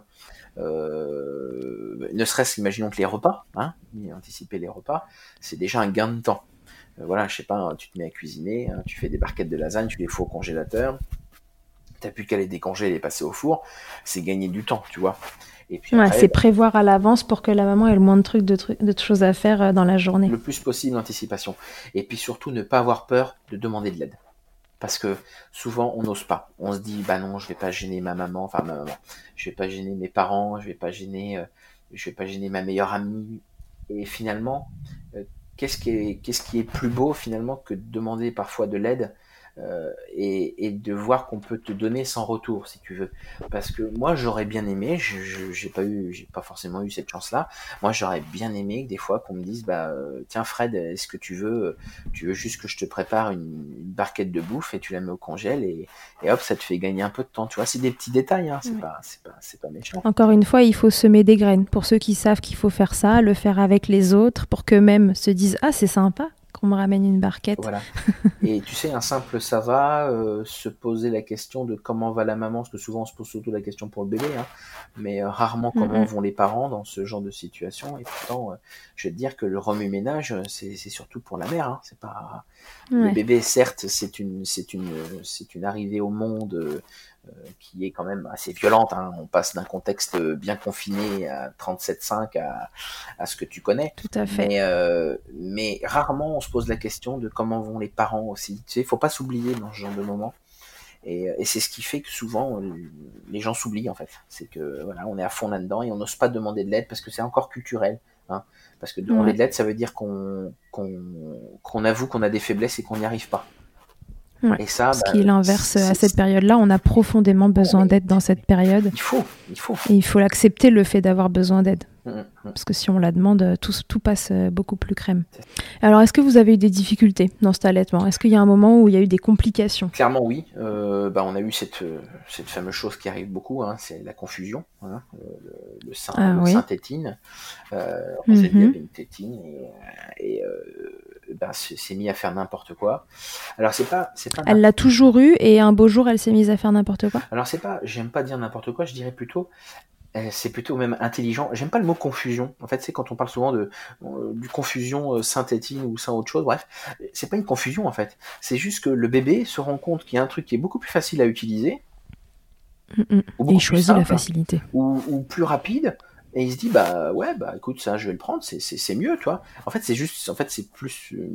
Speaker 3: euh, ne serait-ce qu'imaginons que les repas, hein, anticiper les repas, c'est déjà un gain de temps. Euh, voilà, je sais pas, tu te mets à cuisiner, hein, tu fais des barquettes de lasagne, tu les fous au congélateur, t'as plus qu'à les décongeler et les passer au four, c'est gagner du temps, tu vois. Et puis
Speaker 2: Ouais,
Speaker 3: après,
Speaker 2: c'est
Speaker 3: bah,
Speaker 2: prévoir à l'avance pour que la maman ait le moins de trucs, de, trucs, de choses à faire euh, dans la journée.
Speaker 3: le plus possible l'anticipation. Et puis surtout, ne pas avoir peur de demander de l'aide. Parce que souvent, on n'ose pas. On se dit, bah non, je vais pas gêner ma maman, enfin ma maman, je vais pas gêner mes parents, je vais pas gêner, euh, je vais pas gêner ma meilleure amie. Et finalement, euh, qu'est-ce qui est, qu'est-ce qui est plus beau finalement que de demander parfois de l'aide euh, et, et de voir qu'on peut te donner sans retour, si tu veux. Parce que moi, j'aurais bien aimé, je, je, j'ai pas eu, j'ai pas forcément eu cette chance-là. Moi, j'aurais bien aimé que des fois qu'on me dise, bah euh, tiens Fred, est-ce que tu veux, tu veux juste que je te prépare une, une barquette de bouffe et tu la mets au congèle et, et hop, ça te fait gagner un peu de temps. Tu vois, c'est des petits détails, hein, c'est
Speaker 2: Oui.
Speaker 3: pas, c'est pas, c'est pas méchant.
Speaker 2: Encore une fois, il faut semer des graines. Pour ceux qui savent qu'il faut faire ça, le faire avec les autres, pour qu'eux-mêmes se disent « Ah, c'est sympa qu'on me ramène une barquette. »
Speaker 3: Voilà. Et tu sais, un simple ça va, euh, se poser la question de comment va la maman, parce que souvent on se pose surtout la question pour le bébé, hein, mais euh, rarement comment
Speaker 2: Mm-mm.
Speaker 3: vont les parents dans ce genre de situation. Et pourtant, euh, je vais te dire que le remue-ménage, euh, c'est, c'est surtout pour la mère. Hein, c'est pas le
Speaker 2: Ouais.
Speaker 3: bébé, certes, c'est une, c'est une, c'est une arrivée au monde. Euh, euh, qui est quand même assez violente. Hein. On passe d'un contexte bien confiné à trente-sept cinq à, à ce que tu connais.
Speaker 2: Tout à fait.
Speaker 3: Mais, euh, mais rarement on se pose la question de comment vont les parents aussi. Tu sais, il faut pas s'oublier dans ce genre de moment. Et, et c'est ce qui fait que souvent les gens s'oublient en fait. C'est que voilà, on est à fond là-dedans et on n'ose pas demander de l'aide parce que c'est encore culturel. Hein. Parce que demander
Speaker 2: Ouais.
Speaker 3: de l'aide, ça veut dire qu'on, qu'on, qu'on avoue qu'on a des faiblesses et qu'on n'y arrive pas.
Speaker 2: Ouais.
Speaker 3: Et ça,
Speaker 2: Ce
Speaker 3: bah,
Speaker 2: qui est l'inverse
Speaker 3: c'est-
Speaker 2: à
Speaker 3: c'est-
Speaker 2: cette période-là. On a profondément besoin
Speaker 3: mais-
Speaker 2: d'aide dans cette période.
Speaker 3: il faut, il faut.
Speaker 2: Et il faut l'accepter, le fait d'avoir besoin d'aide.
Speaker 3: Mm, mm.
Speaker 2: Parce que si on la demande, tout, tout passe beaucoup plus crème. Alors, est-ce que vous avez eu des difficultés dans cet allaitement? Est-ce qu'il y a un moment où il y a eu des complications?
Speaker 3: Clairement oui. Euh, bah, on a eu cette, euh, cette fameuse chose qui arrive beaucoup, hein, c'est la confusion. Hein, le, le sein,
Speaker 2: Ah
Speaker 3: le
Speaker 2: oui.
Speaker 3: sein tétine. Euh, Rosalie
Speaker 2: Mhm.
Speaker 3: avait une tétine et, et euh, ben, s'est s'est mis à faire n'importe quoi. Alors c'est pas, c'est pas.
Speaker 2: Elle l'a toujours eu et un beau jour, elle s'est mise à faire n'importe quoi?
Speaker 3: Alors c'est pas, j'aime pas dire n'importe quoi, je dirais plutôt, euh, c'est plutôt même intelligent. J'aime pas le mot confusion. En fait, c'est quand on parle souvent de euh, du confusion euh, synthétine ou sans autre chose. Bref, c'est pas une confusion en fait. C'est juste que le bébé se rend compte qu'il y a un truc qui est beaucoup plus facile à utiliser,
Speaker 2: Mm-mm.
Speaker 3: ou
Speaker 2: Et
Speaker 3: beaucoup
Speaker 2: il
Speaker 3: plus
Speaker 2: choisit la
Speaker 3: simple,
Speaker 2: facilité.
Speaker 3: ou, ou plus rapide. Et il se dit bah ouais bah écoute ça je vais le prendre c'est c'est c'est mieux toi. En fait c'est juste en fait c'est plus euh,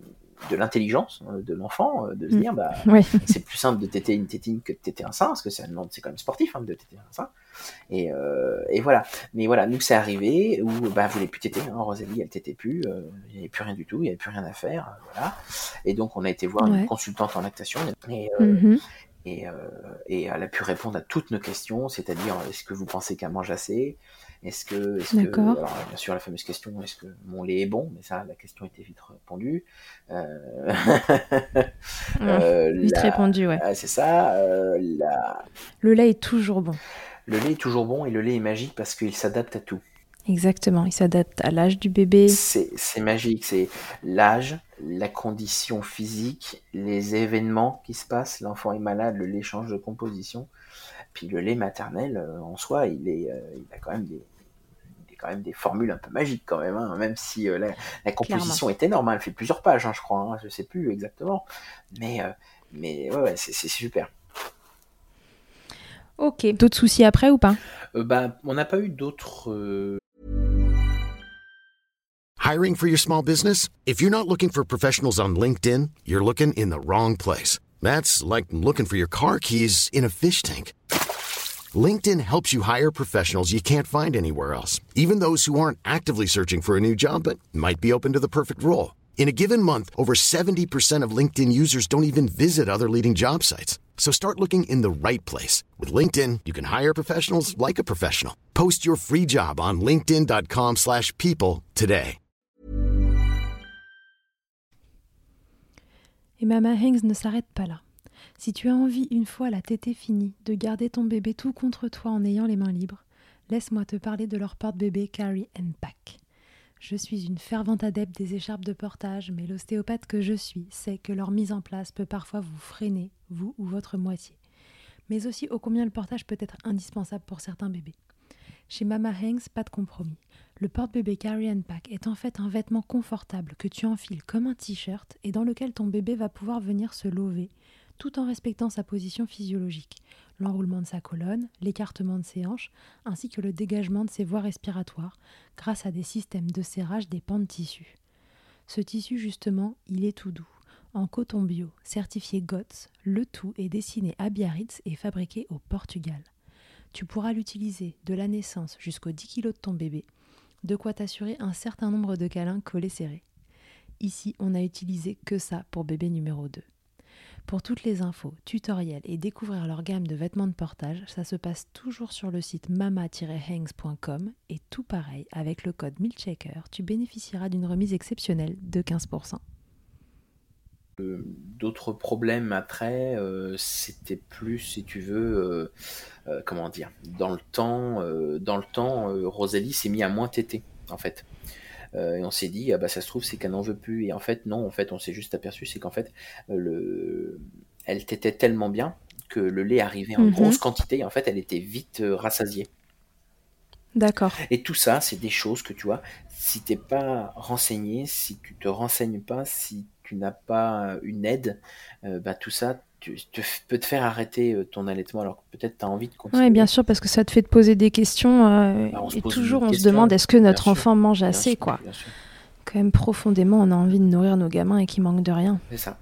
Speaker 3: de l'intelligence euh, de l'enfant euh, de se
Speaker 2: Mm.
Speaker 3: dire bah
Speaker 2: Oui.
Speaker 3: c'est plus simple de téter une tétine que de téter un sein parce que c'est un- c'est quand même sportif hein, de téter un sein et euh, et voilà. Mais voilà nous c'est arrivé où bah elle voulait plus téter hein, Rosalie elle tétait plus euh, il n'y avait plus rien du tout il n'y avait plus rien à faire euh, voilà. Et donc on a été voir
Speaker 2: Ouais.
Speaker 3: une consultante en lactation et euh,
Speaker 2: Mhm.
Speaker 3: et, euh, et elle a pu répondre à toutes nos questions, c'est-à-dire est-ce que vous pensez qu'elle mange assez? Est-ce que, est-ce que,
Speaker 2: D'accord.
Speaker 3: alors bien sûr la fameuse question, est-ce que mon lait est bon? Mais ça, la question était vite répondue. Euh... euh,
Speaker 2: Vite
Speaker 3: la-
Speaker 2: répondu, ouais.
Speaker 3: ah, c'est ça. Euh, la...
Speaker 2: Le lait est toujours bon.
Speaker 3: Le lait est toujours bon et le lait est magique parce qu'il s'adapte à tout.
Speaker 2: Exactement. Il s'adapte à l'âge du bébé.
Speaker 3: C'est, c'est magique, c'est l'âge, la condition physique, les événements qui se passent. L'enfant est malade, le lait change de composition. Puis le lait maternel, euh, en soi, il, est, euh, il a quand même des, des fait quand même des formules un peu magiques quand même, hein, même si euh, la, la composition Clairement. est énorme, hein, elle fait plusieurs pages, hein, je crois, hein, je sais plus exactement, mais, euh, mais ouais, ouais c'est, c'est super.
Speaker 2: Ok. D'autres soucis après ou pas?
Speaker 3: euh, bah, On n'a pas eu d'autres... Euh...
Speaker 1: Hiring for your small business? If you're not looking for professionals on LinkedIn, you're looking in the wrong place. That's like looking for your car keys in a fish tank. LinkedIn helps you hire professionals you can't find anywhere else, even those who aren't actively searching for a new job but might be open to the perfect role. In a given month, over seventy percent of LinkedIn users don't even visit other leading job sites. So start looking in the right place. With LinkedIn, you can hire professionals like a professional. Post your free job on linkedin.com slash people today.
Speaker 2: Et Mama Hanks ne s'arrête pas là. Si tu as envie, une fois la tétée finie, de garder ton bébé tout contre toi en ayant les mains libres, laisse-moi te parler de leur porte-bébé Carry and Pack. Je suis une fervente adepte des écharpes de portage, mais l'ostéopathe que je suis sait que leur mise en place peut parfois vous freiner, vous ou votre moitié. Mais aussi ô combien le portage peut être indispensable pour certains bébés. Chez Mama Hanks, pas de compromis. Le porte-bébé Carry and Pack est en fait un vêtement confortable que tu enfiles comme un t-shirt et dans lequel ton bébé va pouvoir venir se lever, tout en respectant sa position physiologique, l'enroulement de sa colonne, l'écartement de ses hanches, ainsi que le dégagement de ses voies respiratoires, grâce à des systèmes de serrage des pans de tissu. Ce tissu, justement, il est tout doux. En coton bio, certifié G O T S, le tout est dessiné à Biarritz et fabriqué au Portugal. Tu pourras l'utiliser de la naissance jusqu'aux dix kilos de ton bébé, de quoi t'assurer un certain nombre de câlins collés serrés. Ici, on n'a utilisé que ça pour bébé numéro deux. Pour toutes les infos, tutoriels et découvrir leur gamme de vêtements de portage, ça se passe toujours sur le site mama tiret hanks point com et tout pareil, avec le code milkshaker, tu bénéficieras d'une remise exceptionnelle de quinze pour cent.
Speaker 3: Euh, d'autres problèmes après, euh, c'était plus, si tu veux, euh, euh, comment dire, dans le temps, euh, dans le temps, euh, Rosalie s'est mis à moins téter, en fait. Euh, et on s'est dit, ah bah ça se trouve, c'est qu'elle n'en veut plus. Et en fait, non, en fait, on s'est juste aperçu, c'est qu'en fait, euh, le... elle tétait tellement bien que le lait arrivait en mm-hmm. grosse quantité. Et en fait, elle était vite euh, rassasiée.
Speaker 2: D'accord.
Speaker 3: Et tout ça, c'est des choses que, tu vois, si t'es pas renseigné, si tu te renseignes pas, si tu n'as pas une aide, euh, bah tout ça, tu, tu peux te faire arrêter ton allaitement alors que peut-être tu as envie de continuer.
Speaker 2: Oui, bien sûr, parce que ça te fait te poser des questions euh, bah, et toujours on question, se demande est-ce que notre
Speaker 3: bien
Speaker 2: enfant
Speaker 3: sûr,
Speaker 2: mange assez,
Speaker 3: sûr,
Speaker 2: quoi. Quand même profondément, on a envie de nourrir nos gamins et qu'il manque de rien.
Speaker 3: C'est ça.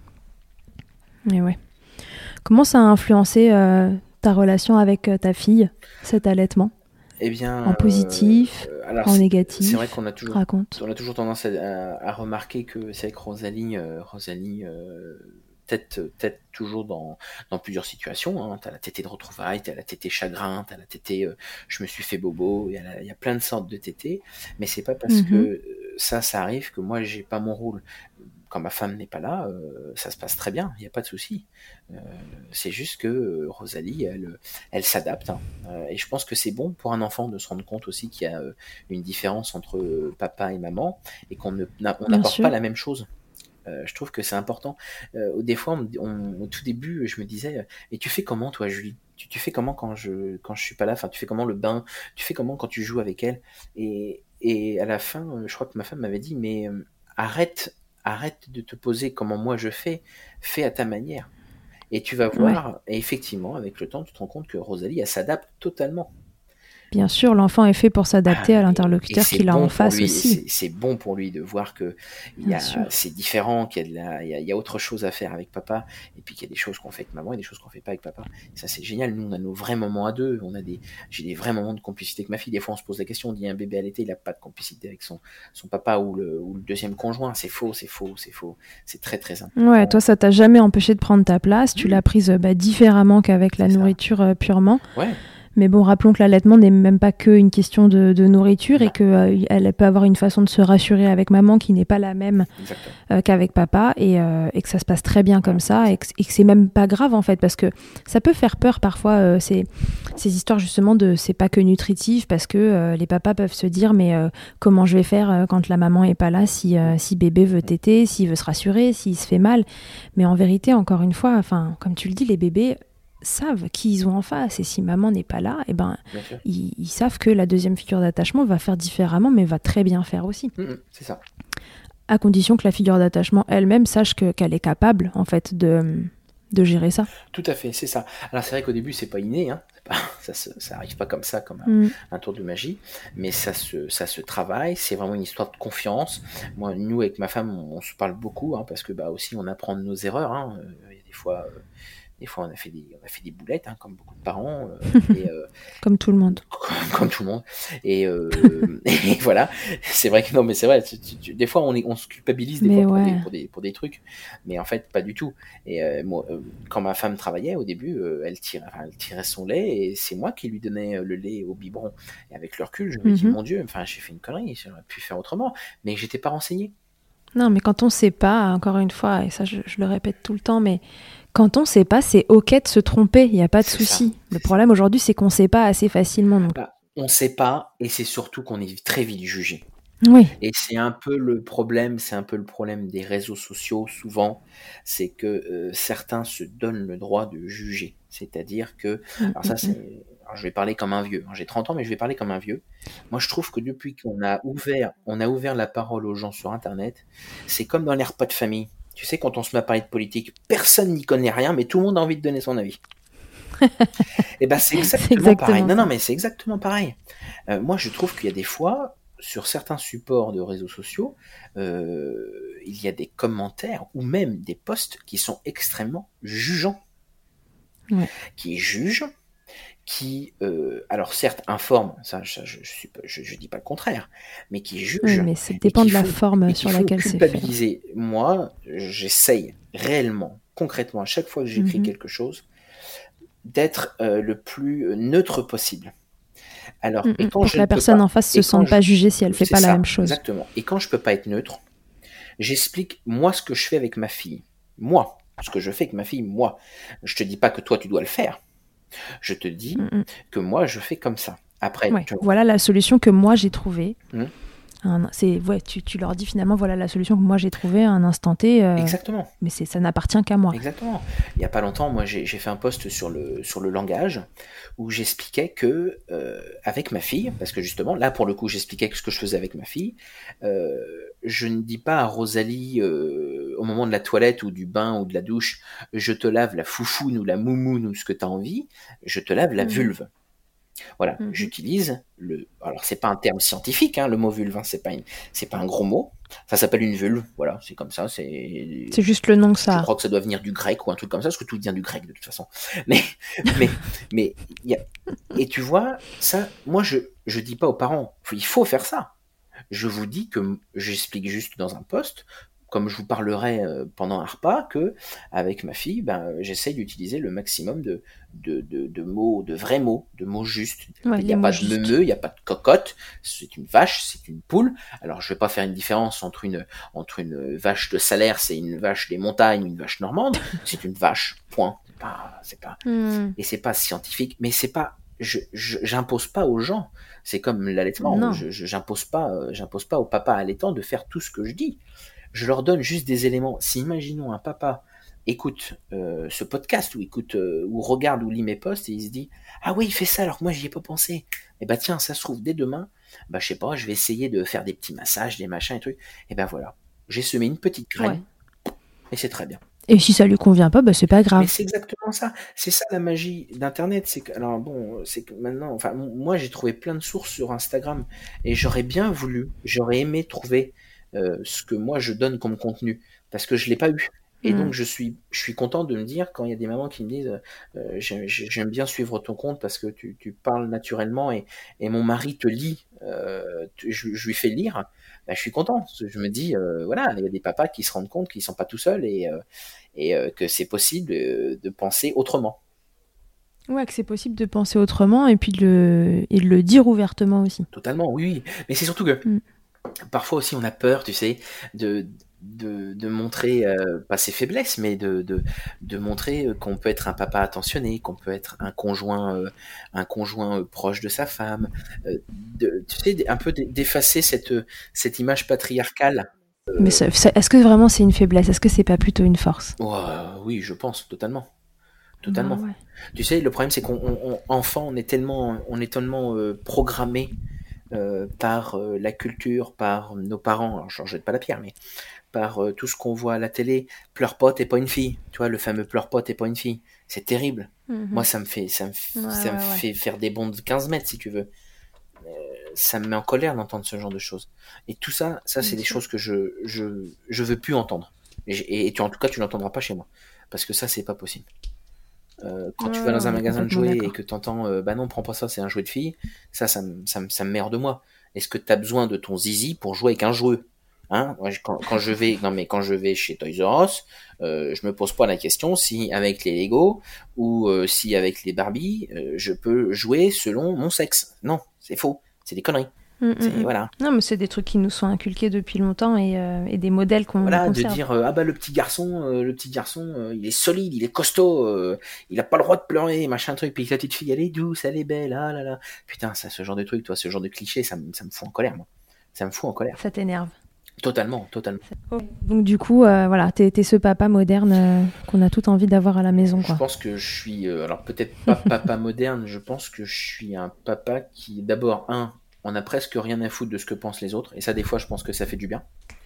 Speaker 2: Et ouais. Comment ça a influencé euh, ta relation avec euh, ta fille, cet allaitement?
Speaker 3: Eh bien,
Speaker 2: en positif,
Speaker 3: euh, alors,
Speaker 2: en
Speaker 3: c'est,
Speaker 2: négatif.
Speaker 3: C'est vrai qu'on a toujours,
Speaker 2: Raconte.
Speaker 3: on a toujours tendance à, à, à remarquer que c'est avec Rosalie, euh, Rosalie euh, tête, tête toujours dans, dans plusieurs situations. Hein. T'as la tétée de retrouvailles, t'as la tétée chagrin, t'as la tétée euh, je me suis fait bobo. Il y, a il y a plein de sortes de tétées, mais c'est pas parce mm-hmm. que ça, ça arrive que moi j'ai pas mon rôle. Quand ma femme n'est pas là, euh, ça se passe très bien, il n'y a pas de souci. Euh, c'est juste que euh, Rosalie, elle, elle s'adapte. Hein. Euh, et je pense que c'est bon pour un enfant de se rendre compte aussi qu'il y a euh, une différence entre euh, papa et maman et qu'on ne, on n'apporte pas la même chose. Euh, je trouve que c'est important. Euh, des fois, on, on, au tout début, je me disais, et tu fais comment toi, Julie ? tu, tu fais comment quand je quand je suis pas là ? Enfin, tu fais comment le bain ? Tu fais comment quand tu joues avec elle ? Et, et à la fin, je crois que ma femme m'avait dit, mais euh, arrête. Arrête de te poser comment moi je fais, fais à ta manière. Et tu vas voir, ouais. Et effectivement, avec le temps, tu te rends compte que Rosalie, elle s'adapte totalement.
Speaker 2: Bien sûr, l'enfant est fait pour s'adapter ah, à l'interlocuteur qu'il a
Speaker 3: bon
Speaker 2: en face
Speaker 3: lui,
Speaker 2: aussi.
Speaker 3: C'est, c'est bon pour lui de voir que il y a, c'est différent, qu'il y a, de la, il, y a, il y a autre chose à faire avec papa, et puis qu'il y a des choses qu'on fait avec maman et des choses qu'on fait pas avec papa. Et ça, c'est génial. Nous, on a nos vrais moments à deux. On a des, j'ai des vrais moments de complicité avec ma fille. Des fois, on se pose la question, on dit un bébé allaité, il a pas de complicité avec son, son papa ou le, ou le deuxième conjoint. C'est faux, c'est faux, c'est faux. C'est très, très important.
Speaker 2: Ouais, toi, ça t'a jamais empêché de prendre ta place. Tu mmh. l'as prise bah, différemment qu'avec la c'est nourriture euh, purement.
Speaker 3: Ouais.
Speaker 2: Mais bon, rappelons que l'allaitement n'est même pas qu'une question de, de nourriture non. et qu'elle euh, peut avoir une façon de se rassurer avec maman qui n'est pas la même euh, qu'avec papa et, euh, et que ça se passe très bien comme ça et que, et que c'est même pas grave en fait parce que ça peut faire peur parfois euh, ces, ces histoires justement de c'est pas que nutritif parce que euh, les papas peuvent se dire mais euh, comment je vais faire euh, quand la maman est pas là si, euh, si bébé veut téter, s'il veut se rassurer, s'il se fait mal. Mais en vérité, encore une fois, enfin, comme tu le dis, les bébés... savent qui ils ont en face. Et si maman n'est pas là, eh ben,
Speaker 3: Bien sûr.
Speaker 2: ils, ils savent que la deuxième figure d'attachement va faire différemment, mais va très bien faire aussi.
Speaker 3: Mmh, c'est ça.
Speaker 2: À condition que la figure d'attachement elle-même sache que, qu'elle est capable, en fait, de, de gérer ça.
Speaker 3: Tout à fait, c'est ça. Alors c'est vrai qu'au début c'est pas inné, hein. C'est pas, ça, se, ça arrive pas comme ça, comme un,
Speaker 2: Mm.
Speaker 3: un tour de magie, mais ça se, ça se travaille. C'est vraiment une histoire de confiance. Moi, nous avec ma femme, on, on se parle beaucoup, hein, parce que bah aussi on apprend de nos erreurs. Hein. Euh, Il y a des fois, euh, des fois on a fait des, on a fait des boulettes, hein, comme beaucoup de parents, euh, et, euh,
Speaker 2: Comme tout le monde.
Speaker 3: comme, comme tout le monde. Et, euh, et voilà, c'est vrai que non, mais c'est vrai. Tu, tu, tu, des fois, on, est, on se culpabilise des
Speaker 2: Mais
Speaker 3: fois pour,
Speaker 2: ouais.
Speaker 3: des, pour, des, pour des trucs, mais en fait, pas du tout. Et euh, moi, euh, quand ma femme travaillait au début, euh, elle, tirait, enfin, elle tirait son lait et c'est moi qui lui donnais le lait au biberon. Et avec le recul, je me dis,
Speaker 2: Mhm.
Speaker 3: mon Dieu, enfin, j'ai fait une connerie, j'aurais pu faire autrement, mais j'étais pas renseigné.
Speaker 2: Non, mais quand on sait pas, encore une fois, et ça je, je le répète tout le temps, mais quand on sait pas, c'est ok de se tromper, il n'y a pas de
Speaker 3: C'est
Speaker 2: souci.
Speaker 3: ça,
Speaker 2: Le
Speaker 3: c'est
Speaker 2: problème aujourd'hui, c'est qu'on sait pas assez facilement. Donc...
Speaker 3: Bah, on sait pas, et c'est surtout qu'on est très vite jugé.
Speaker 2: Oui.
Speaker 3: Et c'est un peu le problème, c'est un peu le problème des réseaux sociaux souvent, c'est que euh, certains se donnent le droit de juger. C'est-à-dire que,
Speaker 2: Mm,
Speaker 3: alors ça
Speaker 2: mm,
Speaker 3: c'est, alors je vais parler comme un vieux. J'ai trente ans, mais je vais parler comme un vieux. Moi, je trouve que depuis qu'on a ouvert, on a ouvert la parole aux gens sur Internet, c'est comme dans les repas de famille. Tu sais, quand on se met à parler de politique, personne n'y connaît rien, mais tout le monde a envie de donner son avis. Et ben c'est exactement,
Speaker 2: exactement
Speaker 3: pareil.
Speaker 2: ça.
Speaker 3: Non, non, mais c'est exactement pareil. Euh, moi, je trouve qu'il y a des fois, sur certains supports de réseaux sociaux, euh, il y a des commentaires ou même des posts qui sont extrêmement jugeants,
Speaker 2: Ouais.
Speaker 3: qui jugent, qui, euh, alors certes, informent, ça, ça je, je, suis pas, je, je dis pas le contraire, mais qui jugent,
Speaker 2: Oui, mais ça
Speaker 3: et
Speaker 2: dépend
Speaker 3: qui
Speaker 2: de la
Speaker 3: font,
Speaker 2: forme
Speaker 3: et qui
Speaker 2: sur
Speaker 3: font
Speaker 2: laquelle c'est fait.
Speaker 3: culpabiliser. Moi, j'essaye réellement, concrètement, à chaque fois que j'écris
Speaker 2: Mhm.
Speaker 3: quelque chose, d'être euh, le plus neutre possible. Alors,
Speaker 2: Mm,
Speaker 3: et
Speaker 2: mm.
Speaker 3: quand
Speaker 2: Pour
Speaker 3: je
Speaker 2: que la
Speaker 3: ne peux
Speaker 2: personne
Speaker 3: pas,
Speaker 2: en face se
Speaker 3: et
Speaker 2: sente
Speaker 3: quand je,
Speaker 2: pas jugée si elle fait
Speaker 3: c'est
Speaker 2: pas la
Speaker 3: ça,
Speaker 2: même chose.
Speaker 3: exactement. Et quand je peux pas être neutre, j'explique moi ce que je fais avec ma fille. Moi, ce que je fais avec ma fille, moi. Je te dis pas que toi tu dois le faire. Je te dis
Speaker 2: Mm, mm.
Speaker 3: que moi je fais comme ça. Après,
Speaker 2: Ouais.
Speaker 3: tu vois.
Speaker 2: Voilà la solution que moi j'ai trouvée.
Speaker 3: Hum,
Speaker 2: Un- c'est, ouais, tu, tu leur dis finalement, voilà la solution que moi j'ai trouvée à un instant T, euh,
Speaker 3: Exactement.
Speaker 2: mais c'est, ça n'appartient qu'à moi.
Speaker 3: Exactement. Il y a pas longtemps, moi j'ai j'ai fait un post sur le sur le langage où j'expliquais que euh, avec ma fille, parce que justement là pour le coup j'expliquais ce que je faisais avec ma fille, euh, je ne dis pas à Rosalie euh, au moment de la toilette ou du bain ou de la douche, je te lave la foufoune ou la moumoune ou ce que tu as envie, je te lave la
Speaker 2: Mhm.
Speaker 3: vulve. Voilà,
Speaker 2: Mhm.
Speaker 3: j'utilise le. Alors c'est pas un terme scientifique, hein, le mot vulve, hein, c'est pas une, c'est pas un gros mot. Ça s'appelle une vulve, voilà, c'est comme ça. C'est.
Speaker 2: C'est juste le nom que
Speaker 3: Je
Speaker 2: ça a.
Speaker 3: crois que ça doit venir du grec ou un truc comme ça, parce que tout vient du grec de toute façon. Mais, mais, mais, il y a. Et tu vois, ça, moi je, je dis pas aux parents, il faut faire ça. Je vous dis que j'explique juste dans un post, comme je vous parlerai euh, pendant un repas, que avec ma fille, ben, j'essaye d'utiliser le maximum de, de, de, de mots, de vrais mots, de mots justes.
Speaker 2: Ouais,
Speaker 3: Il n'y
Speaker 2: les
Speaker 3: a
Speaker 2: mots
Speaker 3: pas de
Speaker 2: justes.
Speaker 3: meumeux, il n'y a pas de cocotte, c'est une vache, c'est une poule. Alors je vais pas faire une différence entre une, entre une vache de Salaire, c'est une vache des montagnes, une vache normande, c'est une vache, point. C'est pas, c'est pas,
Speaker 2: Hmm.
Speaker 3: et c'est pas scientifique, mais c'est pas, je, je, j'impose pas aux gens. C'est comme l'allaitement.
Speaker 2: Non.
Speaker 3: Je, je, j'impose pas, euh, j'impose pas au papa allaitant de faire tout ce que je dis. Je leur donne juste des éléments. Si imaginons un papa écoute euh, ce podcast ou écoute euh, ou regarde ou lit mes posts et il se dit ah oui il fait ça alors que moi j'y ai pas pensé. Et bah tiens ça se trouve dès demain, bah je sais pas, je vais essayer de faire des petits massages, des machins et trucs. Et ben voilà, j'ai semé une petite graine
Speaker 2: Ouais.
Speaker 3: et c'est très bien.
Speaker 2: Et si ça lui convient pas, bah c'est pas
Speaker 3: Mais
Speaker 2: grave.
Speaker 3: c'est exactement ça. C'est ça la magie d'Internet. C'est que, alors bon, c'est que maintenant, enfin, moi j'ai trouvé plein de sources sur Instagram et j'aurais bien voulu, j'aurais aimé trouver euh, ce que moi je donne comme contenu parce que je l'ai pas eu. Et
Speaker 2: Hmm.
Speaker 3: donc je suis, je suis content de me dire quand il y a des mamans qui me disent, euh, j'aime, j'aime bien suivre ton compte parce que tu, tu parles naturellement et, et mon mari te lit, euh, tu- je, je lui fais lire. Ben, je suis content. Je me dis, euh, voilà, il y a des papas qui se rendent compte qu'ils sont pas tout seuls et euh, et euh, que c'est possible de, de penser autrement.
Speaker 2: Ouais, que c'est possible de penser autrement et puis de le, et de le dire ouvertement aussi.
Speaker 3: Totalement, oui, oui. Mais c'est surtout que
Speaker 2: Mm.
Speaker 3: parfois aussi on a peur, tu sais, de, de, de montrer, euh, pas ses faiblesses, mais de, de, de montrer qu'on peut être un papa attentionné, qu'on peut être un conjoint, euh, un conjoint euh, proche de sa femme, euh, de, tu sais, un peu d'effacer cette, cette image patriarcale. Euh,
Speaker 2: Mais ça, ça, est-ce que vraiment c'est une faiblesse? Est-ce que c'est pas plutôt une force?
Speaker 3: oh, oui, je pense, totalement. totalement.
Speaker 2: Bah ouais.
Speaker 3: Tu sais, le problème c'est qu'on on, on, enfant, on est tellement, on est tellement euh, programmé euh, par euh, la culture, par nos parents. Alors, je ne jette pas la pierre, mais par euh, tout ce qu'on voit à la télé. Pleure pas, t'es pas une fille. Tu vois, le fameux pleure pas, t'es pas une fille. C'est terrible.
Speaker 2: Mm-hmm.
Speaker 3: Moi, ça me fait, ça me,
Speaker 2: Ouais,
Speaker 3: ça me
Speaker 2: ouais,
Speaker 3: fait
Speaker 2: ouais.
Speaker 3: faire des bonds de quinze mètres, si tu veux. Euh, ça me met en colère d'entendre ce genre de choses. Et tout ça, ça c'est
Speaker 2: Bien
Speaker 3: des
Speaker 2: sûr.
Speaker 3: choses que je, je, je veux plus entendre. Et, j'- et tu, en tout cas, tu l'entendras pas chez moi. Parce que ça, c'est pas possible. Euh, quand tu
Speaker 2: Ouais,
Speaker 3: vas dans un
Speaker 2: on est
Speaker 3: magasin de
Speaker 2: complètement
Speaker 3: jouets et
Speaker 2: d'accord.
Speaker 3: que tu entends euh, bah non, prends pas ça, c'est un jouet de fille, ça, ça, me- ça, me- ça me merde de moi. Est-ce que tu as besoin de ton zizi pour jouer avec un jouet? Hein? Moi, je- quand, quand je vais, non mais quand je vais chez Toys R Us, euh, je me pose pas la question si avec les Lego ou euh, si avec les Barbie, euh, je peux jouer selon mon sexe. Non, c'est faux, c'est des conneries.
Speaker 2: Mm, mm,
Speaker 3: C'est
Speaker 2: mm.
Speaker 3: voilà.
Speaker 2: Non, mais c'est des trucs qui nous sont inculqués depuis longtemps et, euh, et des modèles qu'on
Speaker 3: Voilà, de
Speaker 2: conserve.
Speaker 3: dire euh, ah bah le petit garçon, euh, le petit garçon, euh, il est solide, il est costaud, euh, il a pas le droit de pleurer, machin truc. Puis la petite fille, elle est douce, elle est belle, ah là là. Putain, ça, ce genre de truc, toi, ce genre de cliché, ça, me- ça me fout en colère, moi. Ça me fout en colère.
Speaker 2: Ça t'énerve.
Speaker 3: Totalement, totalement.
Speaker 2: Donc du coup, euh, voilà, t'es, t'es ce papa moderne euh, qu'on a tout envie d'avoir à la maison,
Speaker 3: Je
Speaker 2: quoi.
Speaker 3: pense que je suis, euh, alors peut-être pas papa moderne, je pense que je suis un papa qui, d'abord, un, on a presque rien à foutre de ce que pensent les autres, et ça, des fois, je pense que ça fait du bien.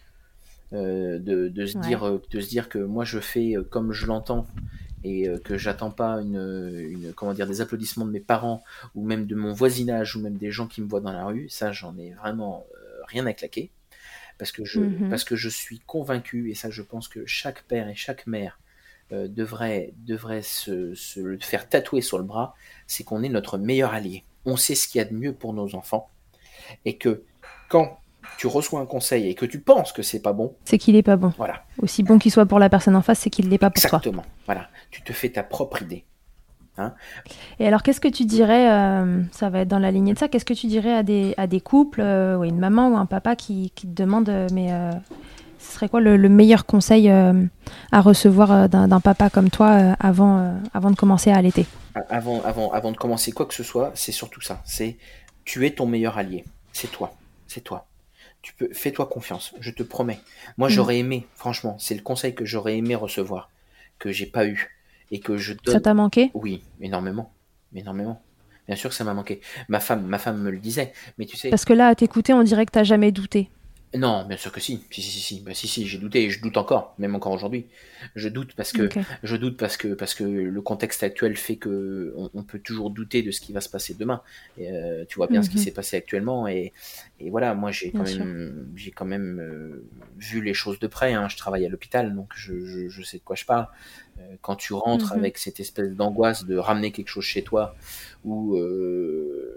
Speaker 3: Euh, de, de se
Speaker 2: Ouais.
Speaker 3: dire, euh, de se dire que moi, je fais euh, comme je l'entends, et euh, que j'attends pas une, une, comment dire, des applaudissements de mes parents, ou même de mon voisinage, ou même des gens qui me voient dans la rue, ça, j'en ai vraiment euh, rien à claquer. Parce que, je,
Speaker 2: Mhm.
Speaker 3: parce que je suis convaincu, et ça je pense que chaque père et chaque mère euh, devrait, devrait se, se le faire tatouer sur le bras, c'est qu'on est notre meilleur allié. On sait ce qu'il y a de mieux pour nos enfants, et que quand tu reçois un conseil et que tu penses que c'est pas bon,
Speaker 2: C'est qu'il est pas bon.
Speaker 3: voilà,
Speaker 2: Aussi bon qu'il soit pour la personne en face, c'est qu'il l'est pas pour toi.
Speaker 3: exactement, voilà, tu te fais ta propre idée. Hein.
Speaker 2: Et alors, qu'est-ce que tu dirais, euh, ça va être dans la lignée de ça, qu'est-ce que tu dirais à des, à des couples, euh, ou une maman ou un papa qui, qui te demande, euh, mais euh, ce serait quoi le, le meilleur conseil euh, à recevoir euh, d'un, d'un papa comme toi euh, avant, euh, avant de commencer à allaiter?
Speaker 3: Avant, avant, avant de commencer quoi que ce soit, c'est surtout ça, c'est tu es ton meilleur allié, c'est toi, c'est toi. Tu peux, fais-toi confiance, je te promets. Moi,
Speaker 2: Mhm.
Speaker 3: j'aurais aimé, franchement, c'est le conseil que j'aurais aimé recevoir, que j'ai pas eu, et que je donne.
Speaker 2: Ça t'a manqué?
Speaker 3: Oui, énormément, énormément. Bien sûr que ça m'a manqué. Ma femme, ma femme me le disait, mais tu sais.
Speaker 2: Parce que là, à t'écouter, on dirait que t'as jamais douté.
Speaker 3: Non, bien sûr que si, si, si, si, si, bah, si, si, j'ai douté et je doute encore, même encore aujourd'hui. Je doute parce que,
Speaker 2: Ok.
Speaker 3: je doute parce que, parce que le contexte actuel fait que on, on peut toujours douter de ce qui va se passer demain. Et, euh, tu vois bien ce qui
Speaker 2: Mhm.
Speaker 3: s'est passé actuellement et, et voilà, moi j'ai quand
Speaker 2: Bien sûr.
Speaker 3: même, j'ai quand même euh, vu les choses de près. Hein. Je travaille à l'hôpital, donc je, je, je sais de quoi je parle. Euh, quand tu rentres
Speaker 2: Mhm.
Speaker 3: avec cette espèce d'angoisse de ramener quelque chose chez toi ou, euh,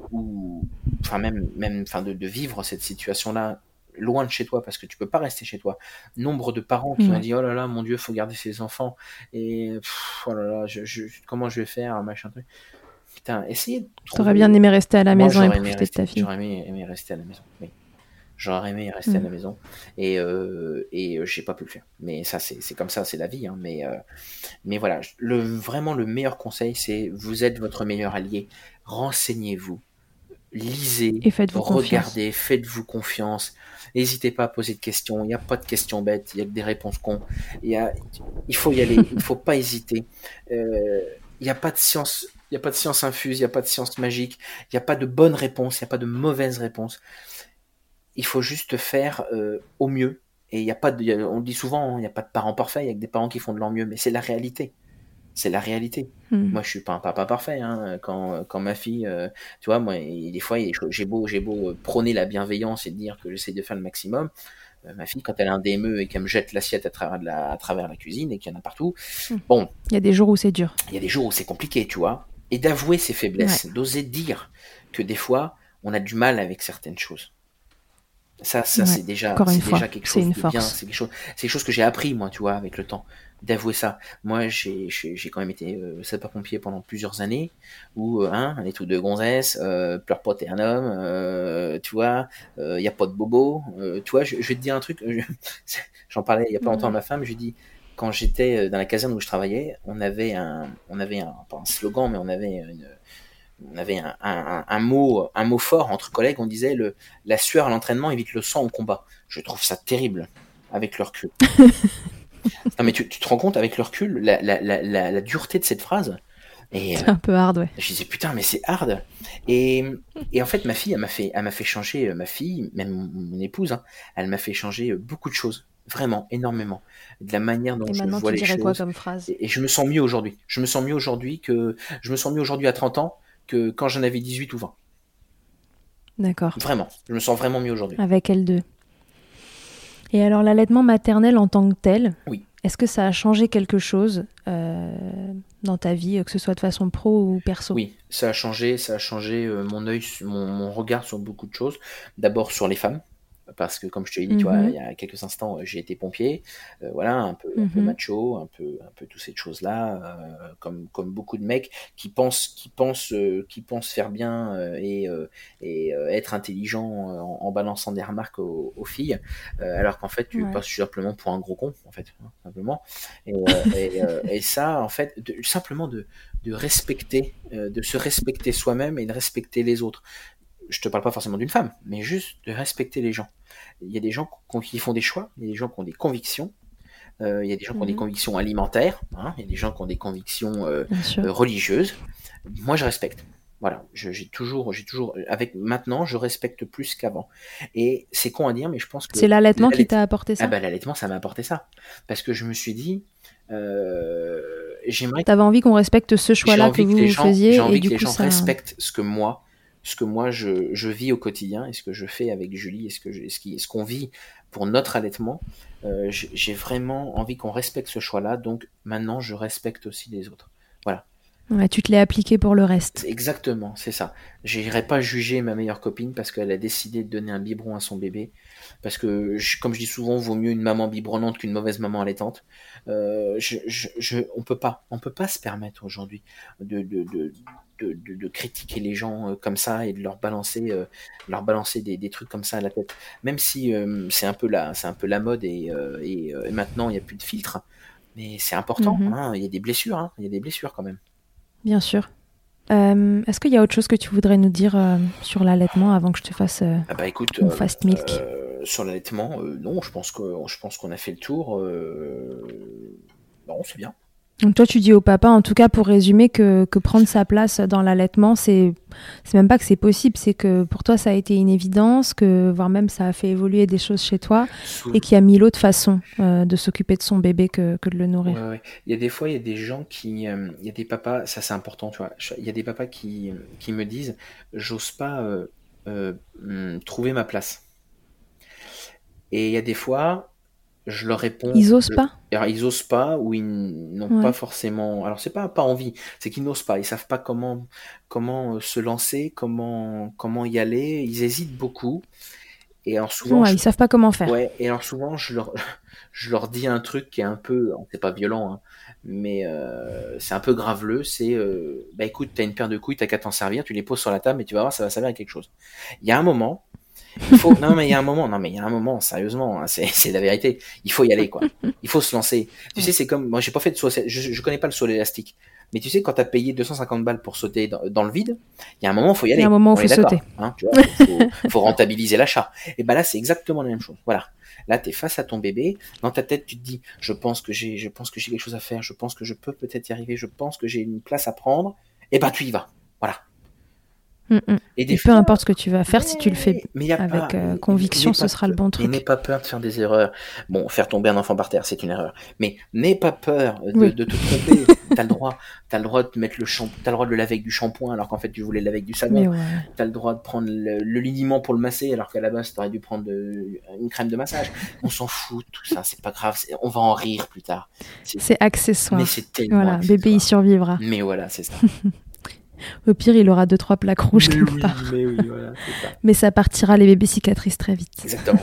Speaker 3: ou, enfin même, même, enfin de, de vivre cette situation-là loin de chez toi parce que tu peux pas rester chez toi. Nombre de parents qui
Speaker 2: Ouais.
Speaker 3: ont dit oh là là mon Dieu faut garder ses enfants et pff, oh là là je, je, comment je vais faire machin truc. Putain, essayez de trouver.
Speaker 2: T'aurais bien aimé rester à la
Speaker 3: Moi,
Speaker 2: maison et
Speaker 3: j'aurais aimé
Speaker 2: profiter
Speaker 3: rester,
Speaker 2: de ta fille.
Speaker 3: j'aurais aimé, aimé rester à la maison. Oui. J'aurais aimé rester
Speaker 2: Mm.
Speaker 3: à la maison et euh, et euh, j'ai pas pu le faire. Mais ça c'est c'est comme ça, c'est la vie. Hein. Mais euh, mais voilà, le vraiment le meilleur conseil c'est vous êtes votre meilleur allié. Renseignez-vous. Lisez,
Speaker 2: Et faites-vous
Speaker 3: regardez, faites-vous confiance. N'hésitez pas à poser de questions. Il n'y a pas de questions bêtes, il y a que des réponses cons. Il, y a, il faut y aller, il ne faut pas hésiter. Euh, il n'y a pas de science, il n'y a pas de science infuse, il n'y a pas de science magique, il n'y a pas de bonne réponse, il n'y a pas de mauvaise réponse. Il faut juste faire euh, au mieux. Et il y a pas de, il y a, on dit souvent, il n'y a pas de parents parfaits, il y a que des parents qui font de leur mieux, mais c'est la réalité. C'est la réalité.
Speaker 2: Mm.
Speaker 3: Moi, je suis pas un papa parfait. Hein. Quand, quand ma fille, euh, tu vois, moi, des fois, j'ai beau, j'ai beau prôner la bienveillance et dire que j'essaie de faire le maximum. Euh, ma fille, quand elle a un D M E et qu'elle me jette l'assiette à travers la, à travers la cuisine et qu'il y en a partout,
Speaker 2: Mm.
Speaker 3: bon.
Speaker 2: Il y a des jours où c'est dur.
Speaker 3: Il y a des jours où c'est compliqué, tu vois. Et d'avouer ses faiblesses, ouais. D'oser dire que des fois, on a du mal avec certaines choses. Ça, ça ouais, c'est déjà, c'est déjà quelque chose de bien. C'est quelque chose, c'est quelque chose que j'ai appris moi, tu vois, avec le temps, d'avouer ça. Moi, j'ai, j'ai, j'ai quand même été euh, sapeur-pompier pendant plusieurs années, où euh, hein, les trucs de gonzesse, euh, pleure pas, t'es un homme, euh, tu vois, il euh, y a pas de bobo, euh, tu vois. Je, je vais te dire un truc. Je, j'en parlais il y a pas longtemps à ma femme. Je lui dis quand j'étais dans la caserne où je travaillais, on avait un, on avait un, pas un slogan, mais on avait une on avait un, un, un, mot, un mot fort entre collègues, on disait le, la sueur à l'entraînement évite le sang au combat. Je trouve ça terrible avec le recul. non mais tu, tu te rends compte avec le recul, la, la, la, la, la dureté de cette phrase. Et,
Speaker 2: c'est un peu hard, ouais.
Speaker 3: Je disais putain mais c'est hard. Et, et en fait ma fille, elle m'a fait, elle m'a fait changer, ma fille, même mon, mon épouse, hein, elle m'a fait changer beaucoup de choses. Vraiment, énormément. De la manière dont
Speaker 2: et
Speaker 3: je
Speaker 2: maintenant,
Speaker 3: vois
Speaker 2: tu
Speaker 3: les
Speaker 2: dirais
Speaker 3: choses.
Speaker 2: Quoi comme phrase
Speaker 3: et, et je me sens mieux aujourd'hui. Je me sens mieux aujourd'hui que je me sens mieux aujourd'hui à trente ans que quand j'en avais dix-huit ou vingt.
Speaker 2: D'accord.
Speaker 3: Vraiment, je me sens vraiment mieux aujourd'hui.
Speaker 2: Avec elles deux. Et alors l'allaitement maternel en tant que tel,
Speaker 3: oui.
Speaker 2: Est-ce que ça a changé quelque chose euh, dans ta vie, que ce soit de façon pro ou perso ?
Speaker 3: Oui, ça a changé, ça a changé euh, mon œil, mon, mon regard sur beaucoup de choses. D'abord sur les femmes. Parce que comme je te l'ai dit, mm-hmm. tu vois, il y a quelques instants, j'ai été pompier, euh, voilà, un peu, mm-hmm. un peu macho, un peu, un peu toutes ces choses-là, euh, comme, comme beaucoup de mecs qui pensent, qui pensent, euh, qui pensent faire bien euh, et, euh, et euh, être intelligent en, en balançant des remarques aux, aux filles, euh, alors qu'en fait, tu ouais. passes simplement pour un gros con, en fait, hein, simplement. Et, euh, et, euh, et ça, en fait, de, simplement de, de respecter, euh, de se respecter soi-même et de respecter les autres. Je te parle pas forcément d'une femme, mais juste de respecter les gens. Il y a des gens qui font des choix, il y a des gens qui ont des convictions, euh, il y a des gens qui ont mmh. des convictions alimentaires, hein, il y a des gens qui ont des convictions euh, euh, religieuses. Moi, je respecte. Voilà, je, j'ai toujours, j'ai toujours, avec maintenant, je respecte plus qu'avant. Et c'est con à dire, mais je pense que
Speaker 2: c'est l'allaitement qui t'a apporté ça.
Speaker 3: Ah ben l'allaitement, ça m'a apporté ça, parce que je me suis dit, euh, j'aimerais.
Speaker 2: T'avais envie qu'on respecte ce choix-là que, que vous
Speaker 3: gens,
Speaker 2: faisiez,
Speaker 3: j'ai envie
Speaker 2: et
Speaker 3: que
Speaker 2: du
Speaker 3: les
Speaker 2: coup
Speaker 3: gens
Speaker 2: ça...
Speaker 3: respectent ce que moi. ce que moi je, je vis au quotidien et ce que je fais avec Julie et ce, que je, ce, qui, ce qu'on vit pour notre allaitement, euh, j'ai vraiment envie qu'on respecte ce choix-là, donc maintenant je respecte aussi les autres. Voilà.
Speaker 2: Ouais, tu te l'es appliqué pour le reste.
Speaker 3: Exactement, c'est ça. J'irai pas juger ma meilleure copine parce qu'elle a décidé de donner un biberon à son bébé, parce que, je, comme je dis souvent, vaut mieux une maman biberonnante qu'une mauvaise maman allaitante. Euh, je, je, je, on peut pas, on peut pas se permettre aujourd'hui de, de, de De, de, de critiquer les gens euh, comme ça et de leur balancer, euh, leur balancer des, des trucs comme ça à la tête. Même si euh, c'est un peu la, c'est un peu la mode et, euh, et, euh, et maintenant il n'y a plus de filtre, mais c'est important. Mm-hmm. Hein, il y a des blessures, hein, il y a des blessures quand même.
Speaker 2: Bien sûr. Euh, est-ce qu'il y a autre chose que tu voudrais nous dire euh, sur l'allaitement avant que je te fasse euh,
Speaker 3: ah bah écoute,
Speaker 2: mon fast milk
Speaker 3: euh, sur l'allaitement, euh, non, je pense que je pense qu'on a fait le tour. Euh... Non, c'est bien.
Speaker 2: Donc toi, tu dis au papa, en tout cas pour résumer, que, que prendre sa place dans l'allaitement, c'est, c'est même pas que c'est possible, c'est que pour toi, ça a été une évidence, que voire même ça a fait évoluer des choses chez toi, Sous... et qu'il y a mille autres façons euh, de s'occuper de son bébé que, que de le nourrir.
Speaker 3: Ouais, ouais. Il y a des fois, il y a des gens qui... Euh, il y a des papas, ça c'est important, tu vois, il y a des papas qui, qui me disent, j'ose pas euh, euh, trouver ma place. Et il y a des fois... je leur réponds.
Speaker 2: Ils osent pas.
Speaker 3: Alors, ils osent pas ou ils n'ont ouais. pas forcément. Alors c'est pas pas envie, c'est qu'ils n'osent pas. Ils savent pas comment comment se lancer, comment comment y aller. Ils hésitent beaucoup. Et alors souvent.
Speaker 2: Ouais,
Speaker 3: je...
Speaker 2: ils savent pas comment faire.
Speaker 3: Ouais. Et alors souvent je leur je leur dis un truc qui est un peu, c'est pas violent, hein, mais euh, c'est un peu graveleux. C'est euh, bah écoute, t'as une paire de couilles, t'as qu'à t'en servir, tu les poses sur la table et tu vas voir, ça va servir à quelque chose. Il y a un moment. Il faut... Non mais il y a un moment, non mais il y a un moment, sérieusement, hein, c'est, c'est la vérité. Il faut y aller quoi. Il faut se lancer. Tu sais, c'est comme, moi j'ai pas fait de saut, je, je connais pas le saut élastique. Mais tu sais, quand t'as payé deux cent cinquante balles pour sauter dans, dans le vide, il y a un moment où il faut y aller.
Speaker 2: Il y a un moment où il faut sauter.
Speaker 3: Hein, tu vois, faut, faut rentabiliser l'achat. Et ben là, c'est exactement la même chose. Voilà. Là, t'es face à ton bébé. Dans ta tête, tu te dis, je pense que j'ai, je pense que j'ai quelque chose à faire. Je pense que je peux peut-être y arriver. Je pense que j'ai une place à prendre. Et ben, tu y vas. Voilà.
Speaker 2: Mmh, mmh. Et, et fois, peu importe ce que tu vas faire, mais, si tu le fais avec pas, euh, conviction, ce sera
Speaker 3: peur,
Speaker 2: le bon truc.
Speaker 3: Et n'aie pas peur de faire des erreurs. Bon, faire tomber un enfant par terre, c'est une erreur. Mais n'aie pas peur de,
Speaker 2: oui.
Speaker 3: de te tromper. T'as le droit, t'as le droit de mettre le shampoing, t'as le droit de le laver avec du shampoing alors qu'en fait tu voulais le laver avec du savon.
Speaker 2: Ouais.
Speaker 3: T'as le droit de prendre le, le liniment pour le masser alors qu'à la base t'aurais dû prendre de, une crème de massage. On s'en fout de tout ça, c'est pas grave. C'est, on va en rire plus tard.
Speaker 2: C'est, c'est accessoire.
Speaker 3: Mais c'est tellement
Speaker 2: voilà,
Speaker 3: accessoire.
Speaker 2: Bébé y survivra.
Speaker 3: Mais voilà, c'est ça.
Speaker 2: Au pire, il aura deux trois plaques rouges
Speaker 3: mais
Speaker 2: quelque
Speaker 3: oui,
Speaker 2: part.
Speaker 3: Mais oui, voilà, c'est ça.
Speaker 2: Mais ça partira les bébés cicatrices très vite.
Speaker 3: Exactement.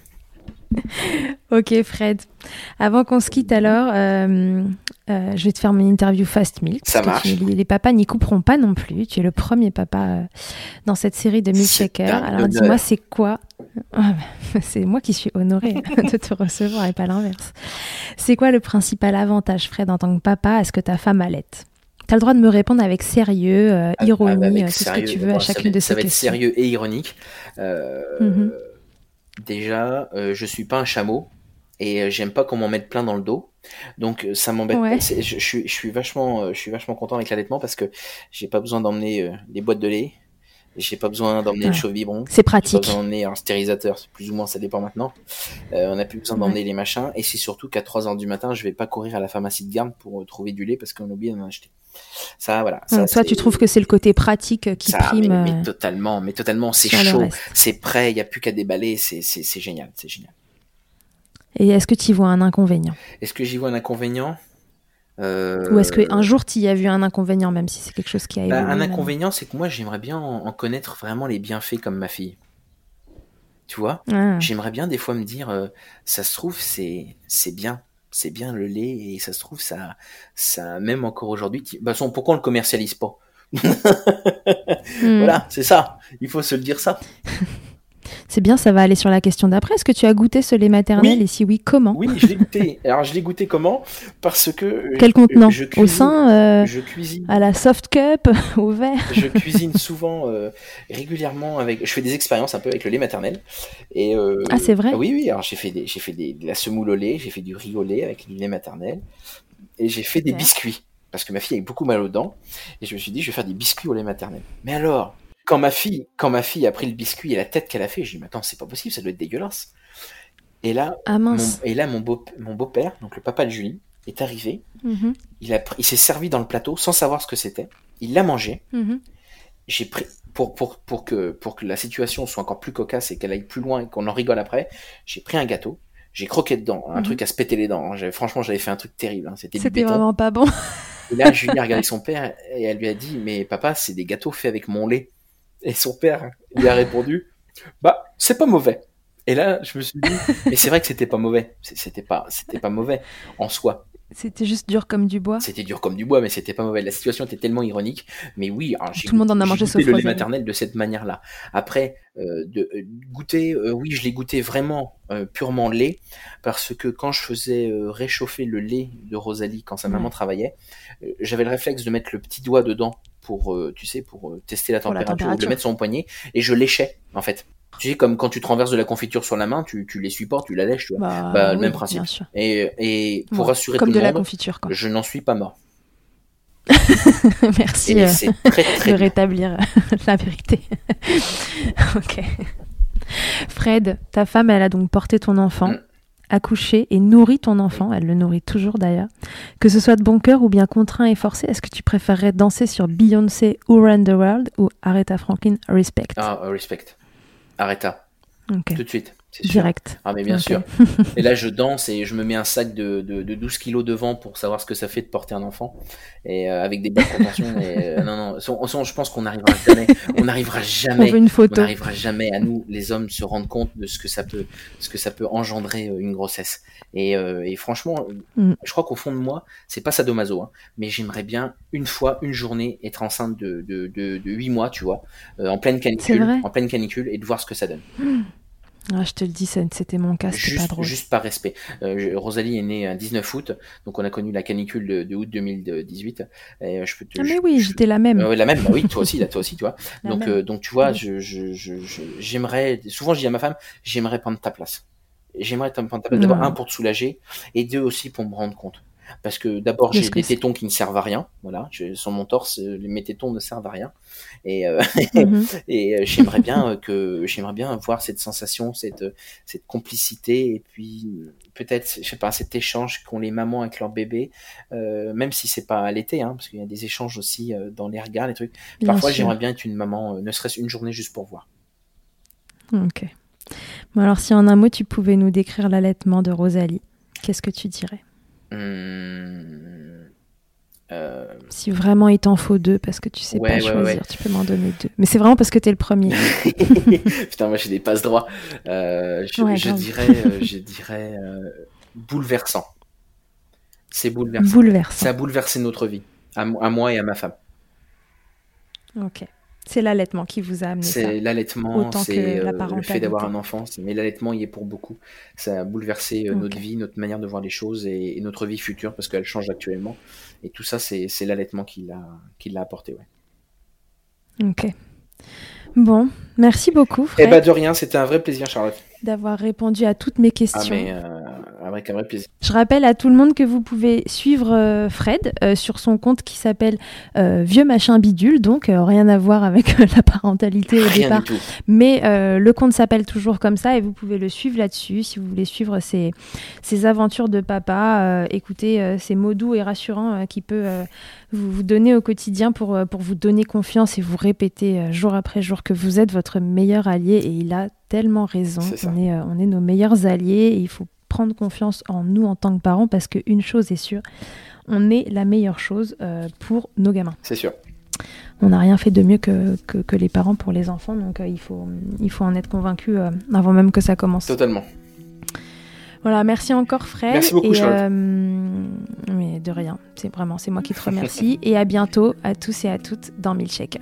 Speaker 2: Ok Fred, avant qu'on se quitte alors, euh, euh, je vais te faire mon interview Fast Milk.
Speaker 3: Ça marche.
Speaker 2: Tu, les, les papas n'y couperont pas non plus. Tu es le premier papa euh, dans cette série de Milkshaker. Alors honneur. Dis-moi, c'est quoi ah, c'est moi qui suis honorée de te recevoir et pas l'inverse. C'est quoi le principal avantage, Fred, en tant que papa, à ce que ta femme allaite? T'as le droit de me répondre avec sérieux, euh, ironie, ah, avec tout sérieux, ce que tu veux à chacune de ces questions.
Speaker 3: Ça va être sérieux et ironique. Euh, mm-hmm. Déjà, euh, je suis pas un chameau. et euh, j'aime pas qu'on m'en mette plein dans le dos. Donc euh, ça m'embête.
Speaker 2: Ouais.
Speaker 3: C'est- Je, je suis, je suis vachement, euh, je suis vachement content avec l'allaitement parce que j'ai pas besoin d'emmener euh, des boîtes de lait. J'ai pas besoin d'emmener
Speaker 2: Ouais.
Speaker 3: le chaud biberon.
Speaker 2: C'est
Speaker 3: J'ai pas
Speaker 2: pratique.
Speaker 3: besoin d'emmener un stérilisateur, c'est plus ou moins ça dépend maintenant. Euh, on n'a plus besoin d'emmener
Speaker 2: Ouais.
Speaker 3: les machins. Et c'est surtout qu'à trois heures du matin, je vais pas courir à la pharmacie de garde pour euh, trouver du lait parce qu'on a oublié d'en acheter. Ça, voilà. Ça,
Speaker 2: Donc toi,
Speaker 3: c'est-
Speaker 2: tu trouves que c'est le côté pratique euh, qui
Speaker 3: ça,
Speaker 2: prime
Speaker 3: mais, mais
Speaker 2: euh,
Speaker 3: totalement, mais totalement, c'est
Speaker 2: sur le
Speaker 3: chaud,
Speaker 2: reste.
Speaker 3: c'est prêt, il y a plus qu'à déballer, c'est, c'est, c'est génial, c'est génial.
Speaker 2: Et est-ce que tu y vois un inconvénient?
Speaker 3: Est-ce que j'y vois un inconvénient? Euh,
Speaker 2: Ou est-ce qu'un jour, tu y as vu un inconvénient, même si c'est quelque chose qui a
Speaker 3: bah,
Speaker 2: évolué
Speaker 3: un
Speaker 2: maintenant?
Speaker 3: inconvénient, c'est que moi, j'aimerais bien en, en connaître vraiment les bienfaits comme ma fille. Tu vois?
Speaker 2: Ah.
Speaker 3: J'aimerais bien des fois me dire, euh, ça se trouve, c'est, c'est bien. C'est bien le lait et ça se trouve, ça, ça, même encore aujourd'hui, tu- bah, son- pourquoi on le commercialise pas?
Speaker 2: Hmm.
Speaker 3: Voilà, c'est ça. Il faut se le dire ça.
Speaker 2: C'est bien, ça va aller sur la question d'après. Est-ce que tu as goûté ce lait maternel
Speaker 3: Oui.
Speaker 2: et si oui, comment?
Speaker 3: Oui, je l'ai goûté. Alors, je l'ai goûté comment? Parce que euh,
Speaker 2: Quel contenant?
Speaker 3: je
Speaker 2: Au
Speaker 3: cuisine,
Speaker 2: sein, euh,
Speaker 3: je cuisine,
Speaker 2: à la soft cup, au verre?
Speaker 3: je cuisine souvent, euh, régulièrement avec. Je fais des expériences un peu avec le lait maternel. Et euh,
Speaker 2: Ah, c'est vrai?
Speaker 3: oui, oui. Alors, j'ai fait des, j'ai fait des, de la semoule au lait, j'ai fait du riz au lait avec du lait maternel, et j'ai fait des
Speaker 2: Super.
Speaker 3: biscuits parce que ma fille avait beaucoup mal aux dents, et je me suis dit, je vais faire des biscuits au lait maternel. Mais alors, quand ma fille, quand ma fille a pris le biscuit et la tête qu'elle a fait, j'ai dit, mais attends, c'est pas possible, ça doit être dégueulasse. Et là,
Speaker 2: Ah
Speaker 3: mon,
Speaker 2: mince.
Speaker 3: et là, mon beau, mon beau-père, donc le papa de Julie, est arrivé.
Speaker 2: Mhm,
Speaker 3: Il a pris, il s'est servi dans le plateau sans savoir ce que c'était. Il l'a mangé.
Speaker 2: mhm.
Speaker 3: J'ai pris pour pour pour que pour que la situation soit encore plus cocasse et qu'elle aille plus loin et qu'on en rigole après. J'ai pris un gâteau. J'ai croqué dedans, un
Speaker 2: Mhm.
Speaker 3: truc à se péter les dents. hein. J'avais, franchement, j'avais fait un truc terrible. hein. C'était du
Speaker 2: C'était
Speaker 3: béton.
Speaker 2: vraiment pas bon.
Speaker 3: Et là, Julie a regardé son père et elle lui a dit, mais papa, c'est des gâteaux faits avec mon lait. Et son père lui a répondu, bah, c'est pas mauvais. Et là, je me suis dit, mais c'est vrai que c'était pas mauvais. C'est- C'était pas, c'était pas mauvais en soi.
Speaker 2: C'était juste dur comme du bois.
Speaker 3: C'était dur comme du bois, mais c'était pas mauvais. La situation était tellement ironique. Mais oui, alors, j'ai
Speaker 2: Tout le monde en a
Speaker 3: j'ai
Speaker 2: mangé
Speaker 3: goûté
Speaker 2: sauf
Speaker 3: le lait
Speaker 2: Rosalie.
Speaker 3: maternel de cette manière-là. Après, euh, de euh, goûter, euh, oui, je l'ai goûté vraiment euh, purement lait, parce que quand je faisais euh, réchauffer le lait de Rosalie quand sa
Speaker 2: Ouais.
Speaker 3: maman travaillait, euh, j'avais le réflexe de mettre le petit doigt dedans pour, euh, tu sais, pour euh, tester la
Speaker 2: Pour la
Speaker 3: température, ou de le
Speaker 2: température.
Speaker 3: mettre sur mon poignet, et je léchais, en fait. Tu sais, comme quand tu te renverses de la confiture sur la main, tu, tu l'essuies pas, tu la lèches, tu vois.
Speaker 2: Bah,
Speaker 3: Bah, le
Speaker 2: oui,
Speaker 3: même principe.
Speaker 2: bien sûr.
Speaker 3: Et, et pour
Speaker 2: Ouais,
Speaker 3: rassurer
Speaker 2: comme
Speaker 3: tout
Speaker 2: de
Speaker 3: le
Speaker 2: la
Speaker 3: monde,
Speaker 2: confiture, quoi.
Speaker 3: je n'en suis pas mort.
Speaker 2: Merci
Speaker 3: Et
Speaker 2: euh,
Speaker 3: c'est très très
Speaker 2: de
Speaker 3: bien.
Speaker 2: rétablir la vérité. Ok. Fred, ta femme, elle a donc porté ton enfant,
Speaker 3: Mm.
Speaker 2: accouché et nourri ton enfant. Elle le nourrit toujours d'ailleurs. Que ce soit de bon cœur ou bien contraint et forcé, est-ce que tu préférerais danser sur Beyoncé Who Run the World ou Aretha Franklin Respect?
Speaker 3: Ah, euh, respect. Arrêta.
Speaker 2: Ok.
Speaker 3: Tout de suite. C'est sûr.
Speaker 2: Direct.
Speaker 3: Ah, mais bien
Speaker 2: Ok.
Speaker 3: sûr. Et là, je danse et je me mets un sac de, de, de douze kilos devant pour savoir ce que ça fait de porter un enfant. Et euh, avec des bas de contention. Et, euh, non, non. Son- son- je pense qu'on n'arrivera jamais. On n'arrivera
Speaker 2: On
Speaker 3: jamais.
Speaker 2: veut une
Speaker 3: On
Speaker 2: photo.
Speaker 3: n'arrivera jamais à nous, les hommes, se rendre compte de ce que ça peut, ce que ça peut engendrer euh, une grossesse. Et, euh, et franchement,
Speaker 2: Mm.
Speaker 3: je crois qu'au fond de moi, c'est pas sadomaso, hein, mais j'aimerais bien une fois, une journée, être enceinte de de de, de huit mois, tu vois, euh, en pleine
Speaker 2: C'est
Speaker 3: canicule,
Speaker 2: vrai?
Speaker 3: en pleine canicule, et de voir ce que ça donne.
Speaker 2: Ah, je te le dis, ça- c'était mon cas, c'était pas
Speaker 3: Juste,
Speaker 2: drôle.
Speaker 3: juste par respect. Euh, je- Rosalie est née un dix-neuf août, donc on a connu la canicule de, de août deux mille dix-huit. Et euh, je peux te,
Speaker 2: Ah mais
Speaker 3: je-
Speaker 2: oui,
Speaker 3: je-
Speaker 2: j'étais la même.
Speaker 3: Euh, ouais, la même, bah oui, toi aussi, là, toi aussi, tu vois.
Speaker 2: La
Speaker 3: Donc,
Speaker 2: même.
Speaker 3: euh, donc, tu vois,
Speaker 2: Oui.
Speaker 3: je, je, je, je- j'aimerais, souvent, je dis à ma femme, j'aimerais prendre ta place. J'aimerais prendre ta place, d'abord,
Speaker 2: Ouais.
Speaker 3: un, pour te soulager, et deux, aussi, pour me rendre compte. Parce que d'abord,
Speaker 2: De
Speaker 3: j'ai
Speaker 2: ce que
Speaker 3: des
Speaker 2: c'est.
Speaker 3: tétons qui ne servent à rien, voilà. Je, sur mon torse, euh, mes tétons ne servent à rien. Et, euh,
Speaker 2: Mhm.
Speaker 3: et euh, j'aimerais bien euh, que, j'aimerais bien avoir cette sensation, cette, euh, cette complicité, et puis, euh, peut-être, je sais pas, cet échange qu'ont les mamans avec leurs bébés, euh, même si c'est pas à l'été, hein, parce qu'il y a des échanges aussi euh, dans les regards, les trucs.
Speaker 2: Bien
Speaker 3: Parfois,
Speaker 2: sûr.
Speaker 3: j'aimerais bien être une maman, euh, ne serait-ce une journée juste pour voir.
Speaker 2: Ok. Bon, alors, si en un mot, tu pouvais nous décrire l'allaitement de Rosalie, qu'est-ce que tu dirais?
Speaker 3: Hum, euh,
Speaker 2: Si vraiment il t'en faut deux, parce que tu sais
Speaker 3: Ouais,
Speaker 2: pas
Speaker 3: ouais,
Speaker 2: choisir,
Speaker 3: ouais.
Speaker 2: tu peux m'en donner deux. Mais c'est vraiment parce que t'es le premier.
Speaker 3: Putain, moi j'ai des passes droits. Euh, je,
Speaker 2: Ouais,
Speaker 3: je
Speaker 2: grave.
Speaker 3: dirais, euh, je dirais euh, bouleversant. C'est bouleversant. Ça
Speaker 2: Bouleversant.
Speaker 3: a bouleversé notre vie, à, mo- à moi et à ma femme.
Speaker 2: Ok. C'est l'allaitement qui vous a amené ça.
Speaker 3: C'est l'allaitement,
Speaker 2: Autant
Speaker 3: c'est
Speaker 2: que la
Speaker 3: euh, le fait
Speaker 2: parentalité.
Speaker 3: d'avoir un enfant. c'est- Mais l'allaitement y est pour beaucoup. Ça a bouleversé euh, notre
Speaker 2: Ok.
Speaker 3: vie, notre manière de voir les choses et, et notre vie future parce qu'elle change actuellement. Et tout ça, c'est c'est l'allaitement qui l'a qui l'a apporté. Ouais.
Speaker 2: Ok. Bon, merci beaucoup,
Speaker 3: Eh
Speaker 2: Fred.
Speaker 3: ben de rien, c'était un vrai plaisir, Charlotte.
Speaker 2: d'avoir répondu à toutes mes questions.
Speaker 3: Ah, mais euh, avec un vrai plaisir.
Speaker 2: Je rappelle à tout le monde que vous pouvez suivre euh, Fred euh, sur son compte qui s'appelle euh, Vieux Machin Bidule, donc euh, rien à voir avec euh, la parentalité au
Speaker 3: Rien
Speaker 2: départ.
Speaker 3: du tout.
Speaker 2: Mais euh, le compte s'appelle toujours comme ça et vous pouvez le suivre là-dessus si vous voulez suivre ses, ses aventures de papa, euh, écouter euh, ces mots doux et rassurants euh, qu'il peut euh, vous, vous donner au quotidien pour, euh, pour vous donner confiance et vous répéter euh, jour après jour que vous êtes votre meilleur allié. Et il a tellement raison.
Speaker 3: C'est
Speaker 2: on, est, euh, on est nos meilleurs alliés et il faut prendre confiance en nous en tant que parents parce qu'une chose est sûre, on est la meilleure chose euh, pour nos gamins.
Speaker 3: C'est sûr.
Speaker 2: On n'a rien fait de mieux que, que, que les parents pour les enfants, donc euh, il, faut, il faut en être convaincu euh, avant même que ça commence.
Speaker 3: Totalement.
Speaker 2: Voilà, merci encore Fred.
Speaker 3: Merci beaucoup,
Speaker 2: et,
Speaker 3: Charlotte.
Speaker 2: Euh, mais de rien, c'est vraiment, c'est moi qui te remercie. Et à bientôt à tous et à toutes dans Milkshaker.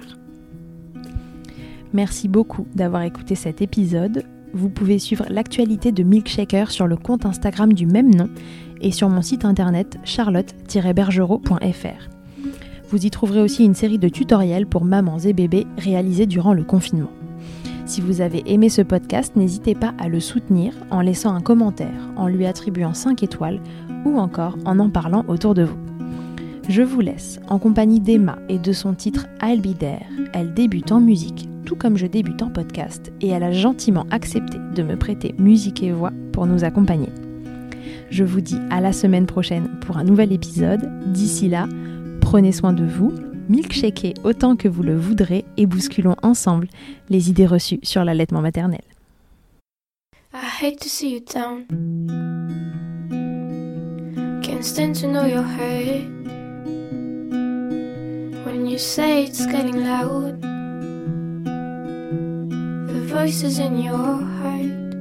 Speaker 2: Merci beaucoup d'avoir écouté cet épisode. Vous pouvez suivre l'actualité de Milkshaker sur le compte Instagram du même nom et sur mon site internet charlotte tiret bergerot point f r. Vous y trouverez aussi une série de tutoriels pour mamans et bébés réalisés durant le confinement. Si vous avez aimé ce podcast, n'hésitez pas à le soutenir en laissant un commentaire, en lui attribuant cinq étoiles ou encore en en parlant autour de vous. Je vous laisse en compagnie d'Emma et de son titre I'll Be There. Elle débute en musique, tout comme je débute en podcast, et elle a gentiment accepté de me prêter musique et voix pour nous accompagner. Je vous dis à la semaine prochaine pour un nouvel épisode. D'ici là, prenez soin de vous, milkshakez autant que vous le voudrez et bousculons ensemble les idées reçues sur l'allaitement maternel.
Speaker 4: I hate to see you down. Can't stand to know you're hurt. When you say it's getting loud, the voices in your heart.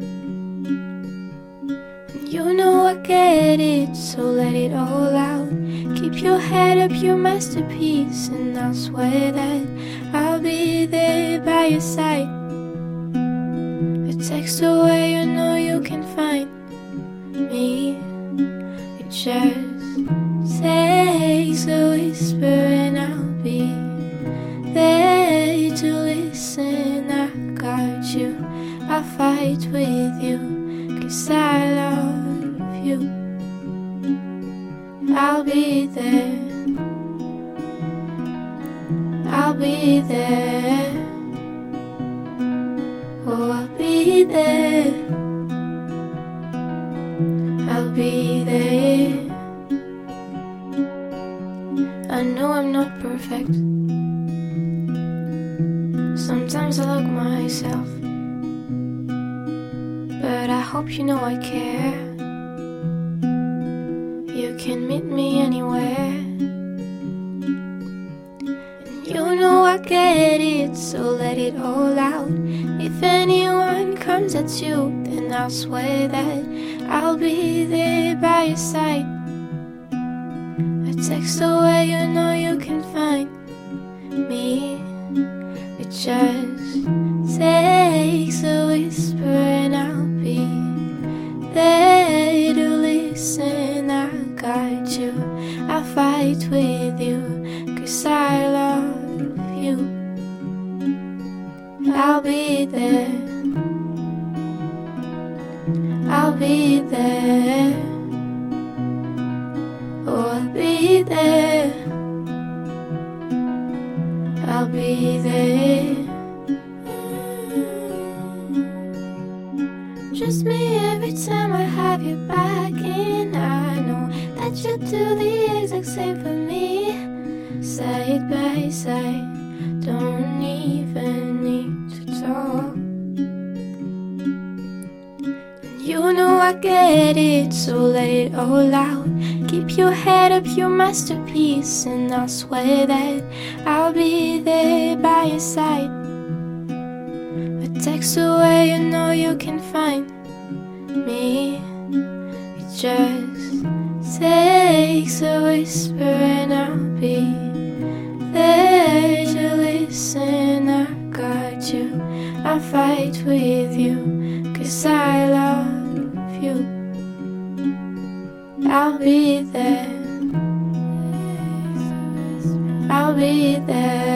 Speaker 4: And you know I get it, so let it all out. Keep your head up, your masterpiece, and I'll swear that I'll be there by your side. A text away, you know you can find me. It just takes a whisper and I'll be there to listen. I got you, I'll fight with you, 'cause I love you. I'll be there, I'll be there, oh I'll be there, I'll be there. I know I'm not perfect, sometimes I look myself, but I hope you know I care. You can meet me anywhere, and you know I get it, so let it all out. If anyone comes at you, then I'll swear that I'll be there by your side. A text away, you know you can find me. It just takes a whisper and I'll be there to listen. I got you, I'll fight with you, 'cause I love you. I'll be there, I'll be there, oh I'll be there, I'll be there. Just me every time I have you back, and I know that you do the exact same for me. Side by side, don't even need to talk. You know I get it, so let it all out. Keep your head up, your masterpiece, and I'll swear that I'll be there by your side. A text away, you know you can find me. It just takes a whisper and I'll be there to listen. I got you, I'll fight with you, 'cause I love you. I'll be there, I'll be there.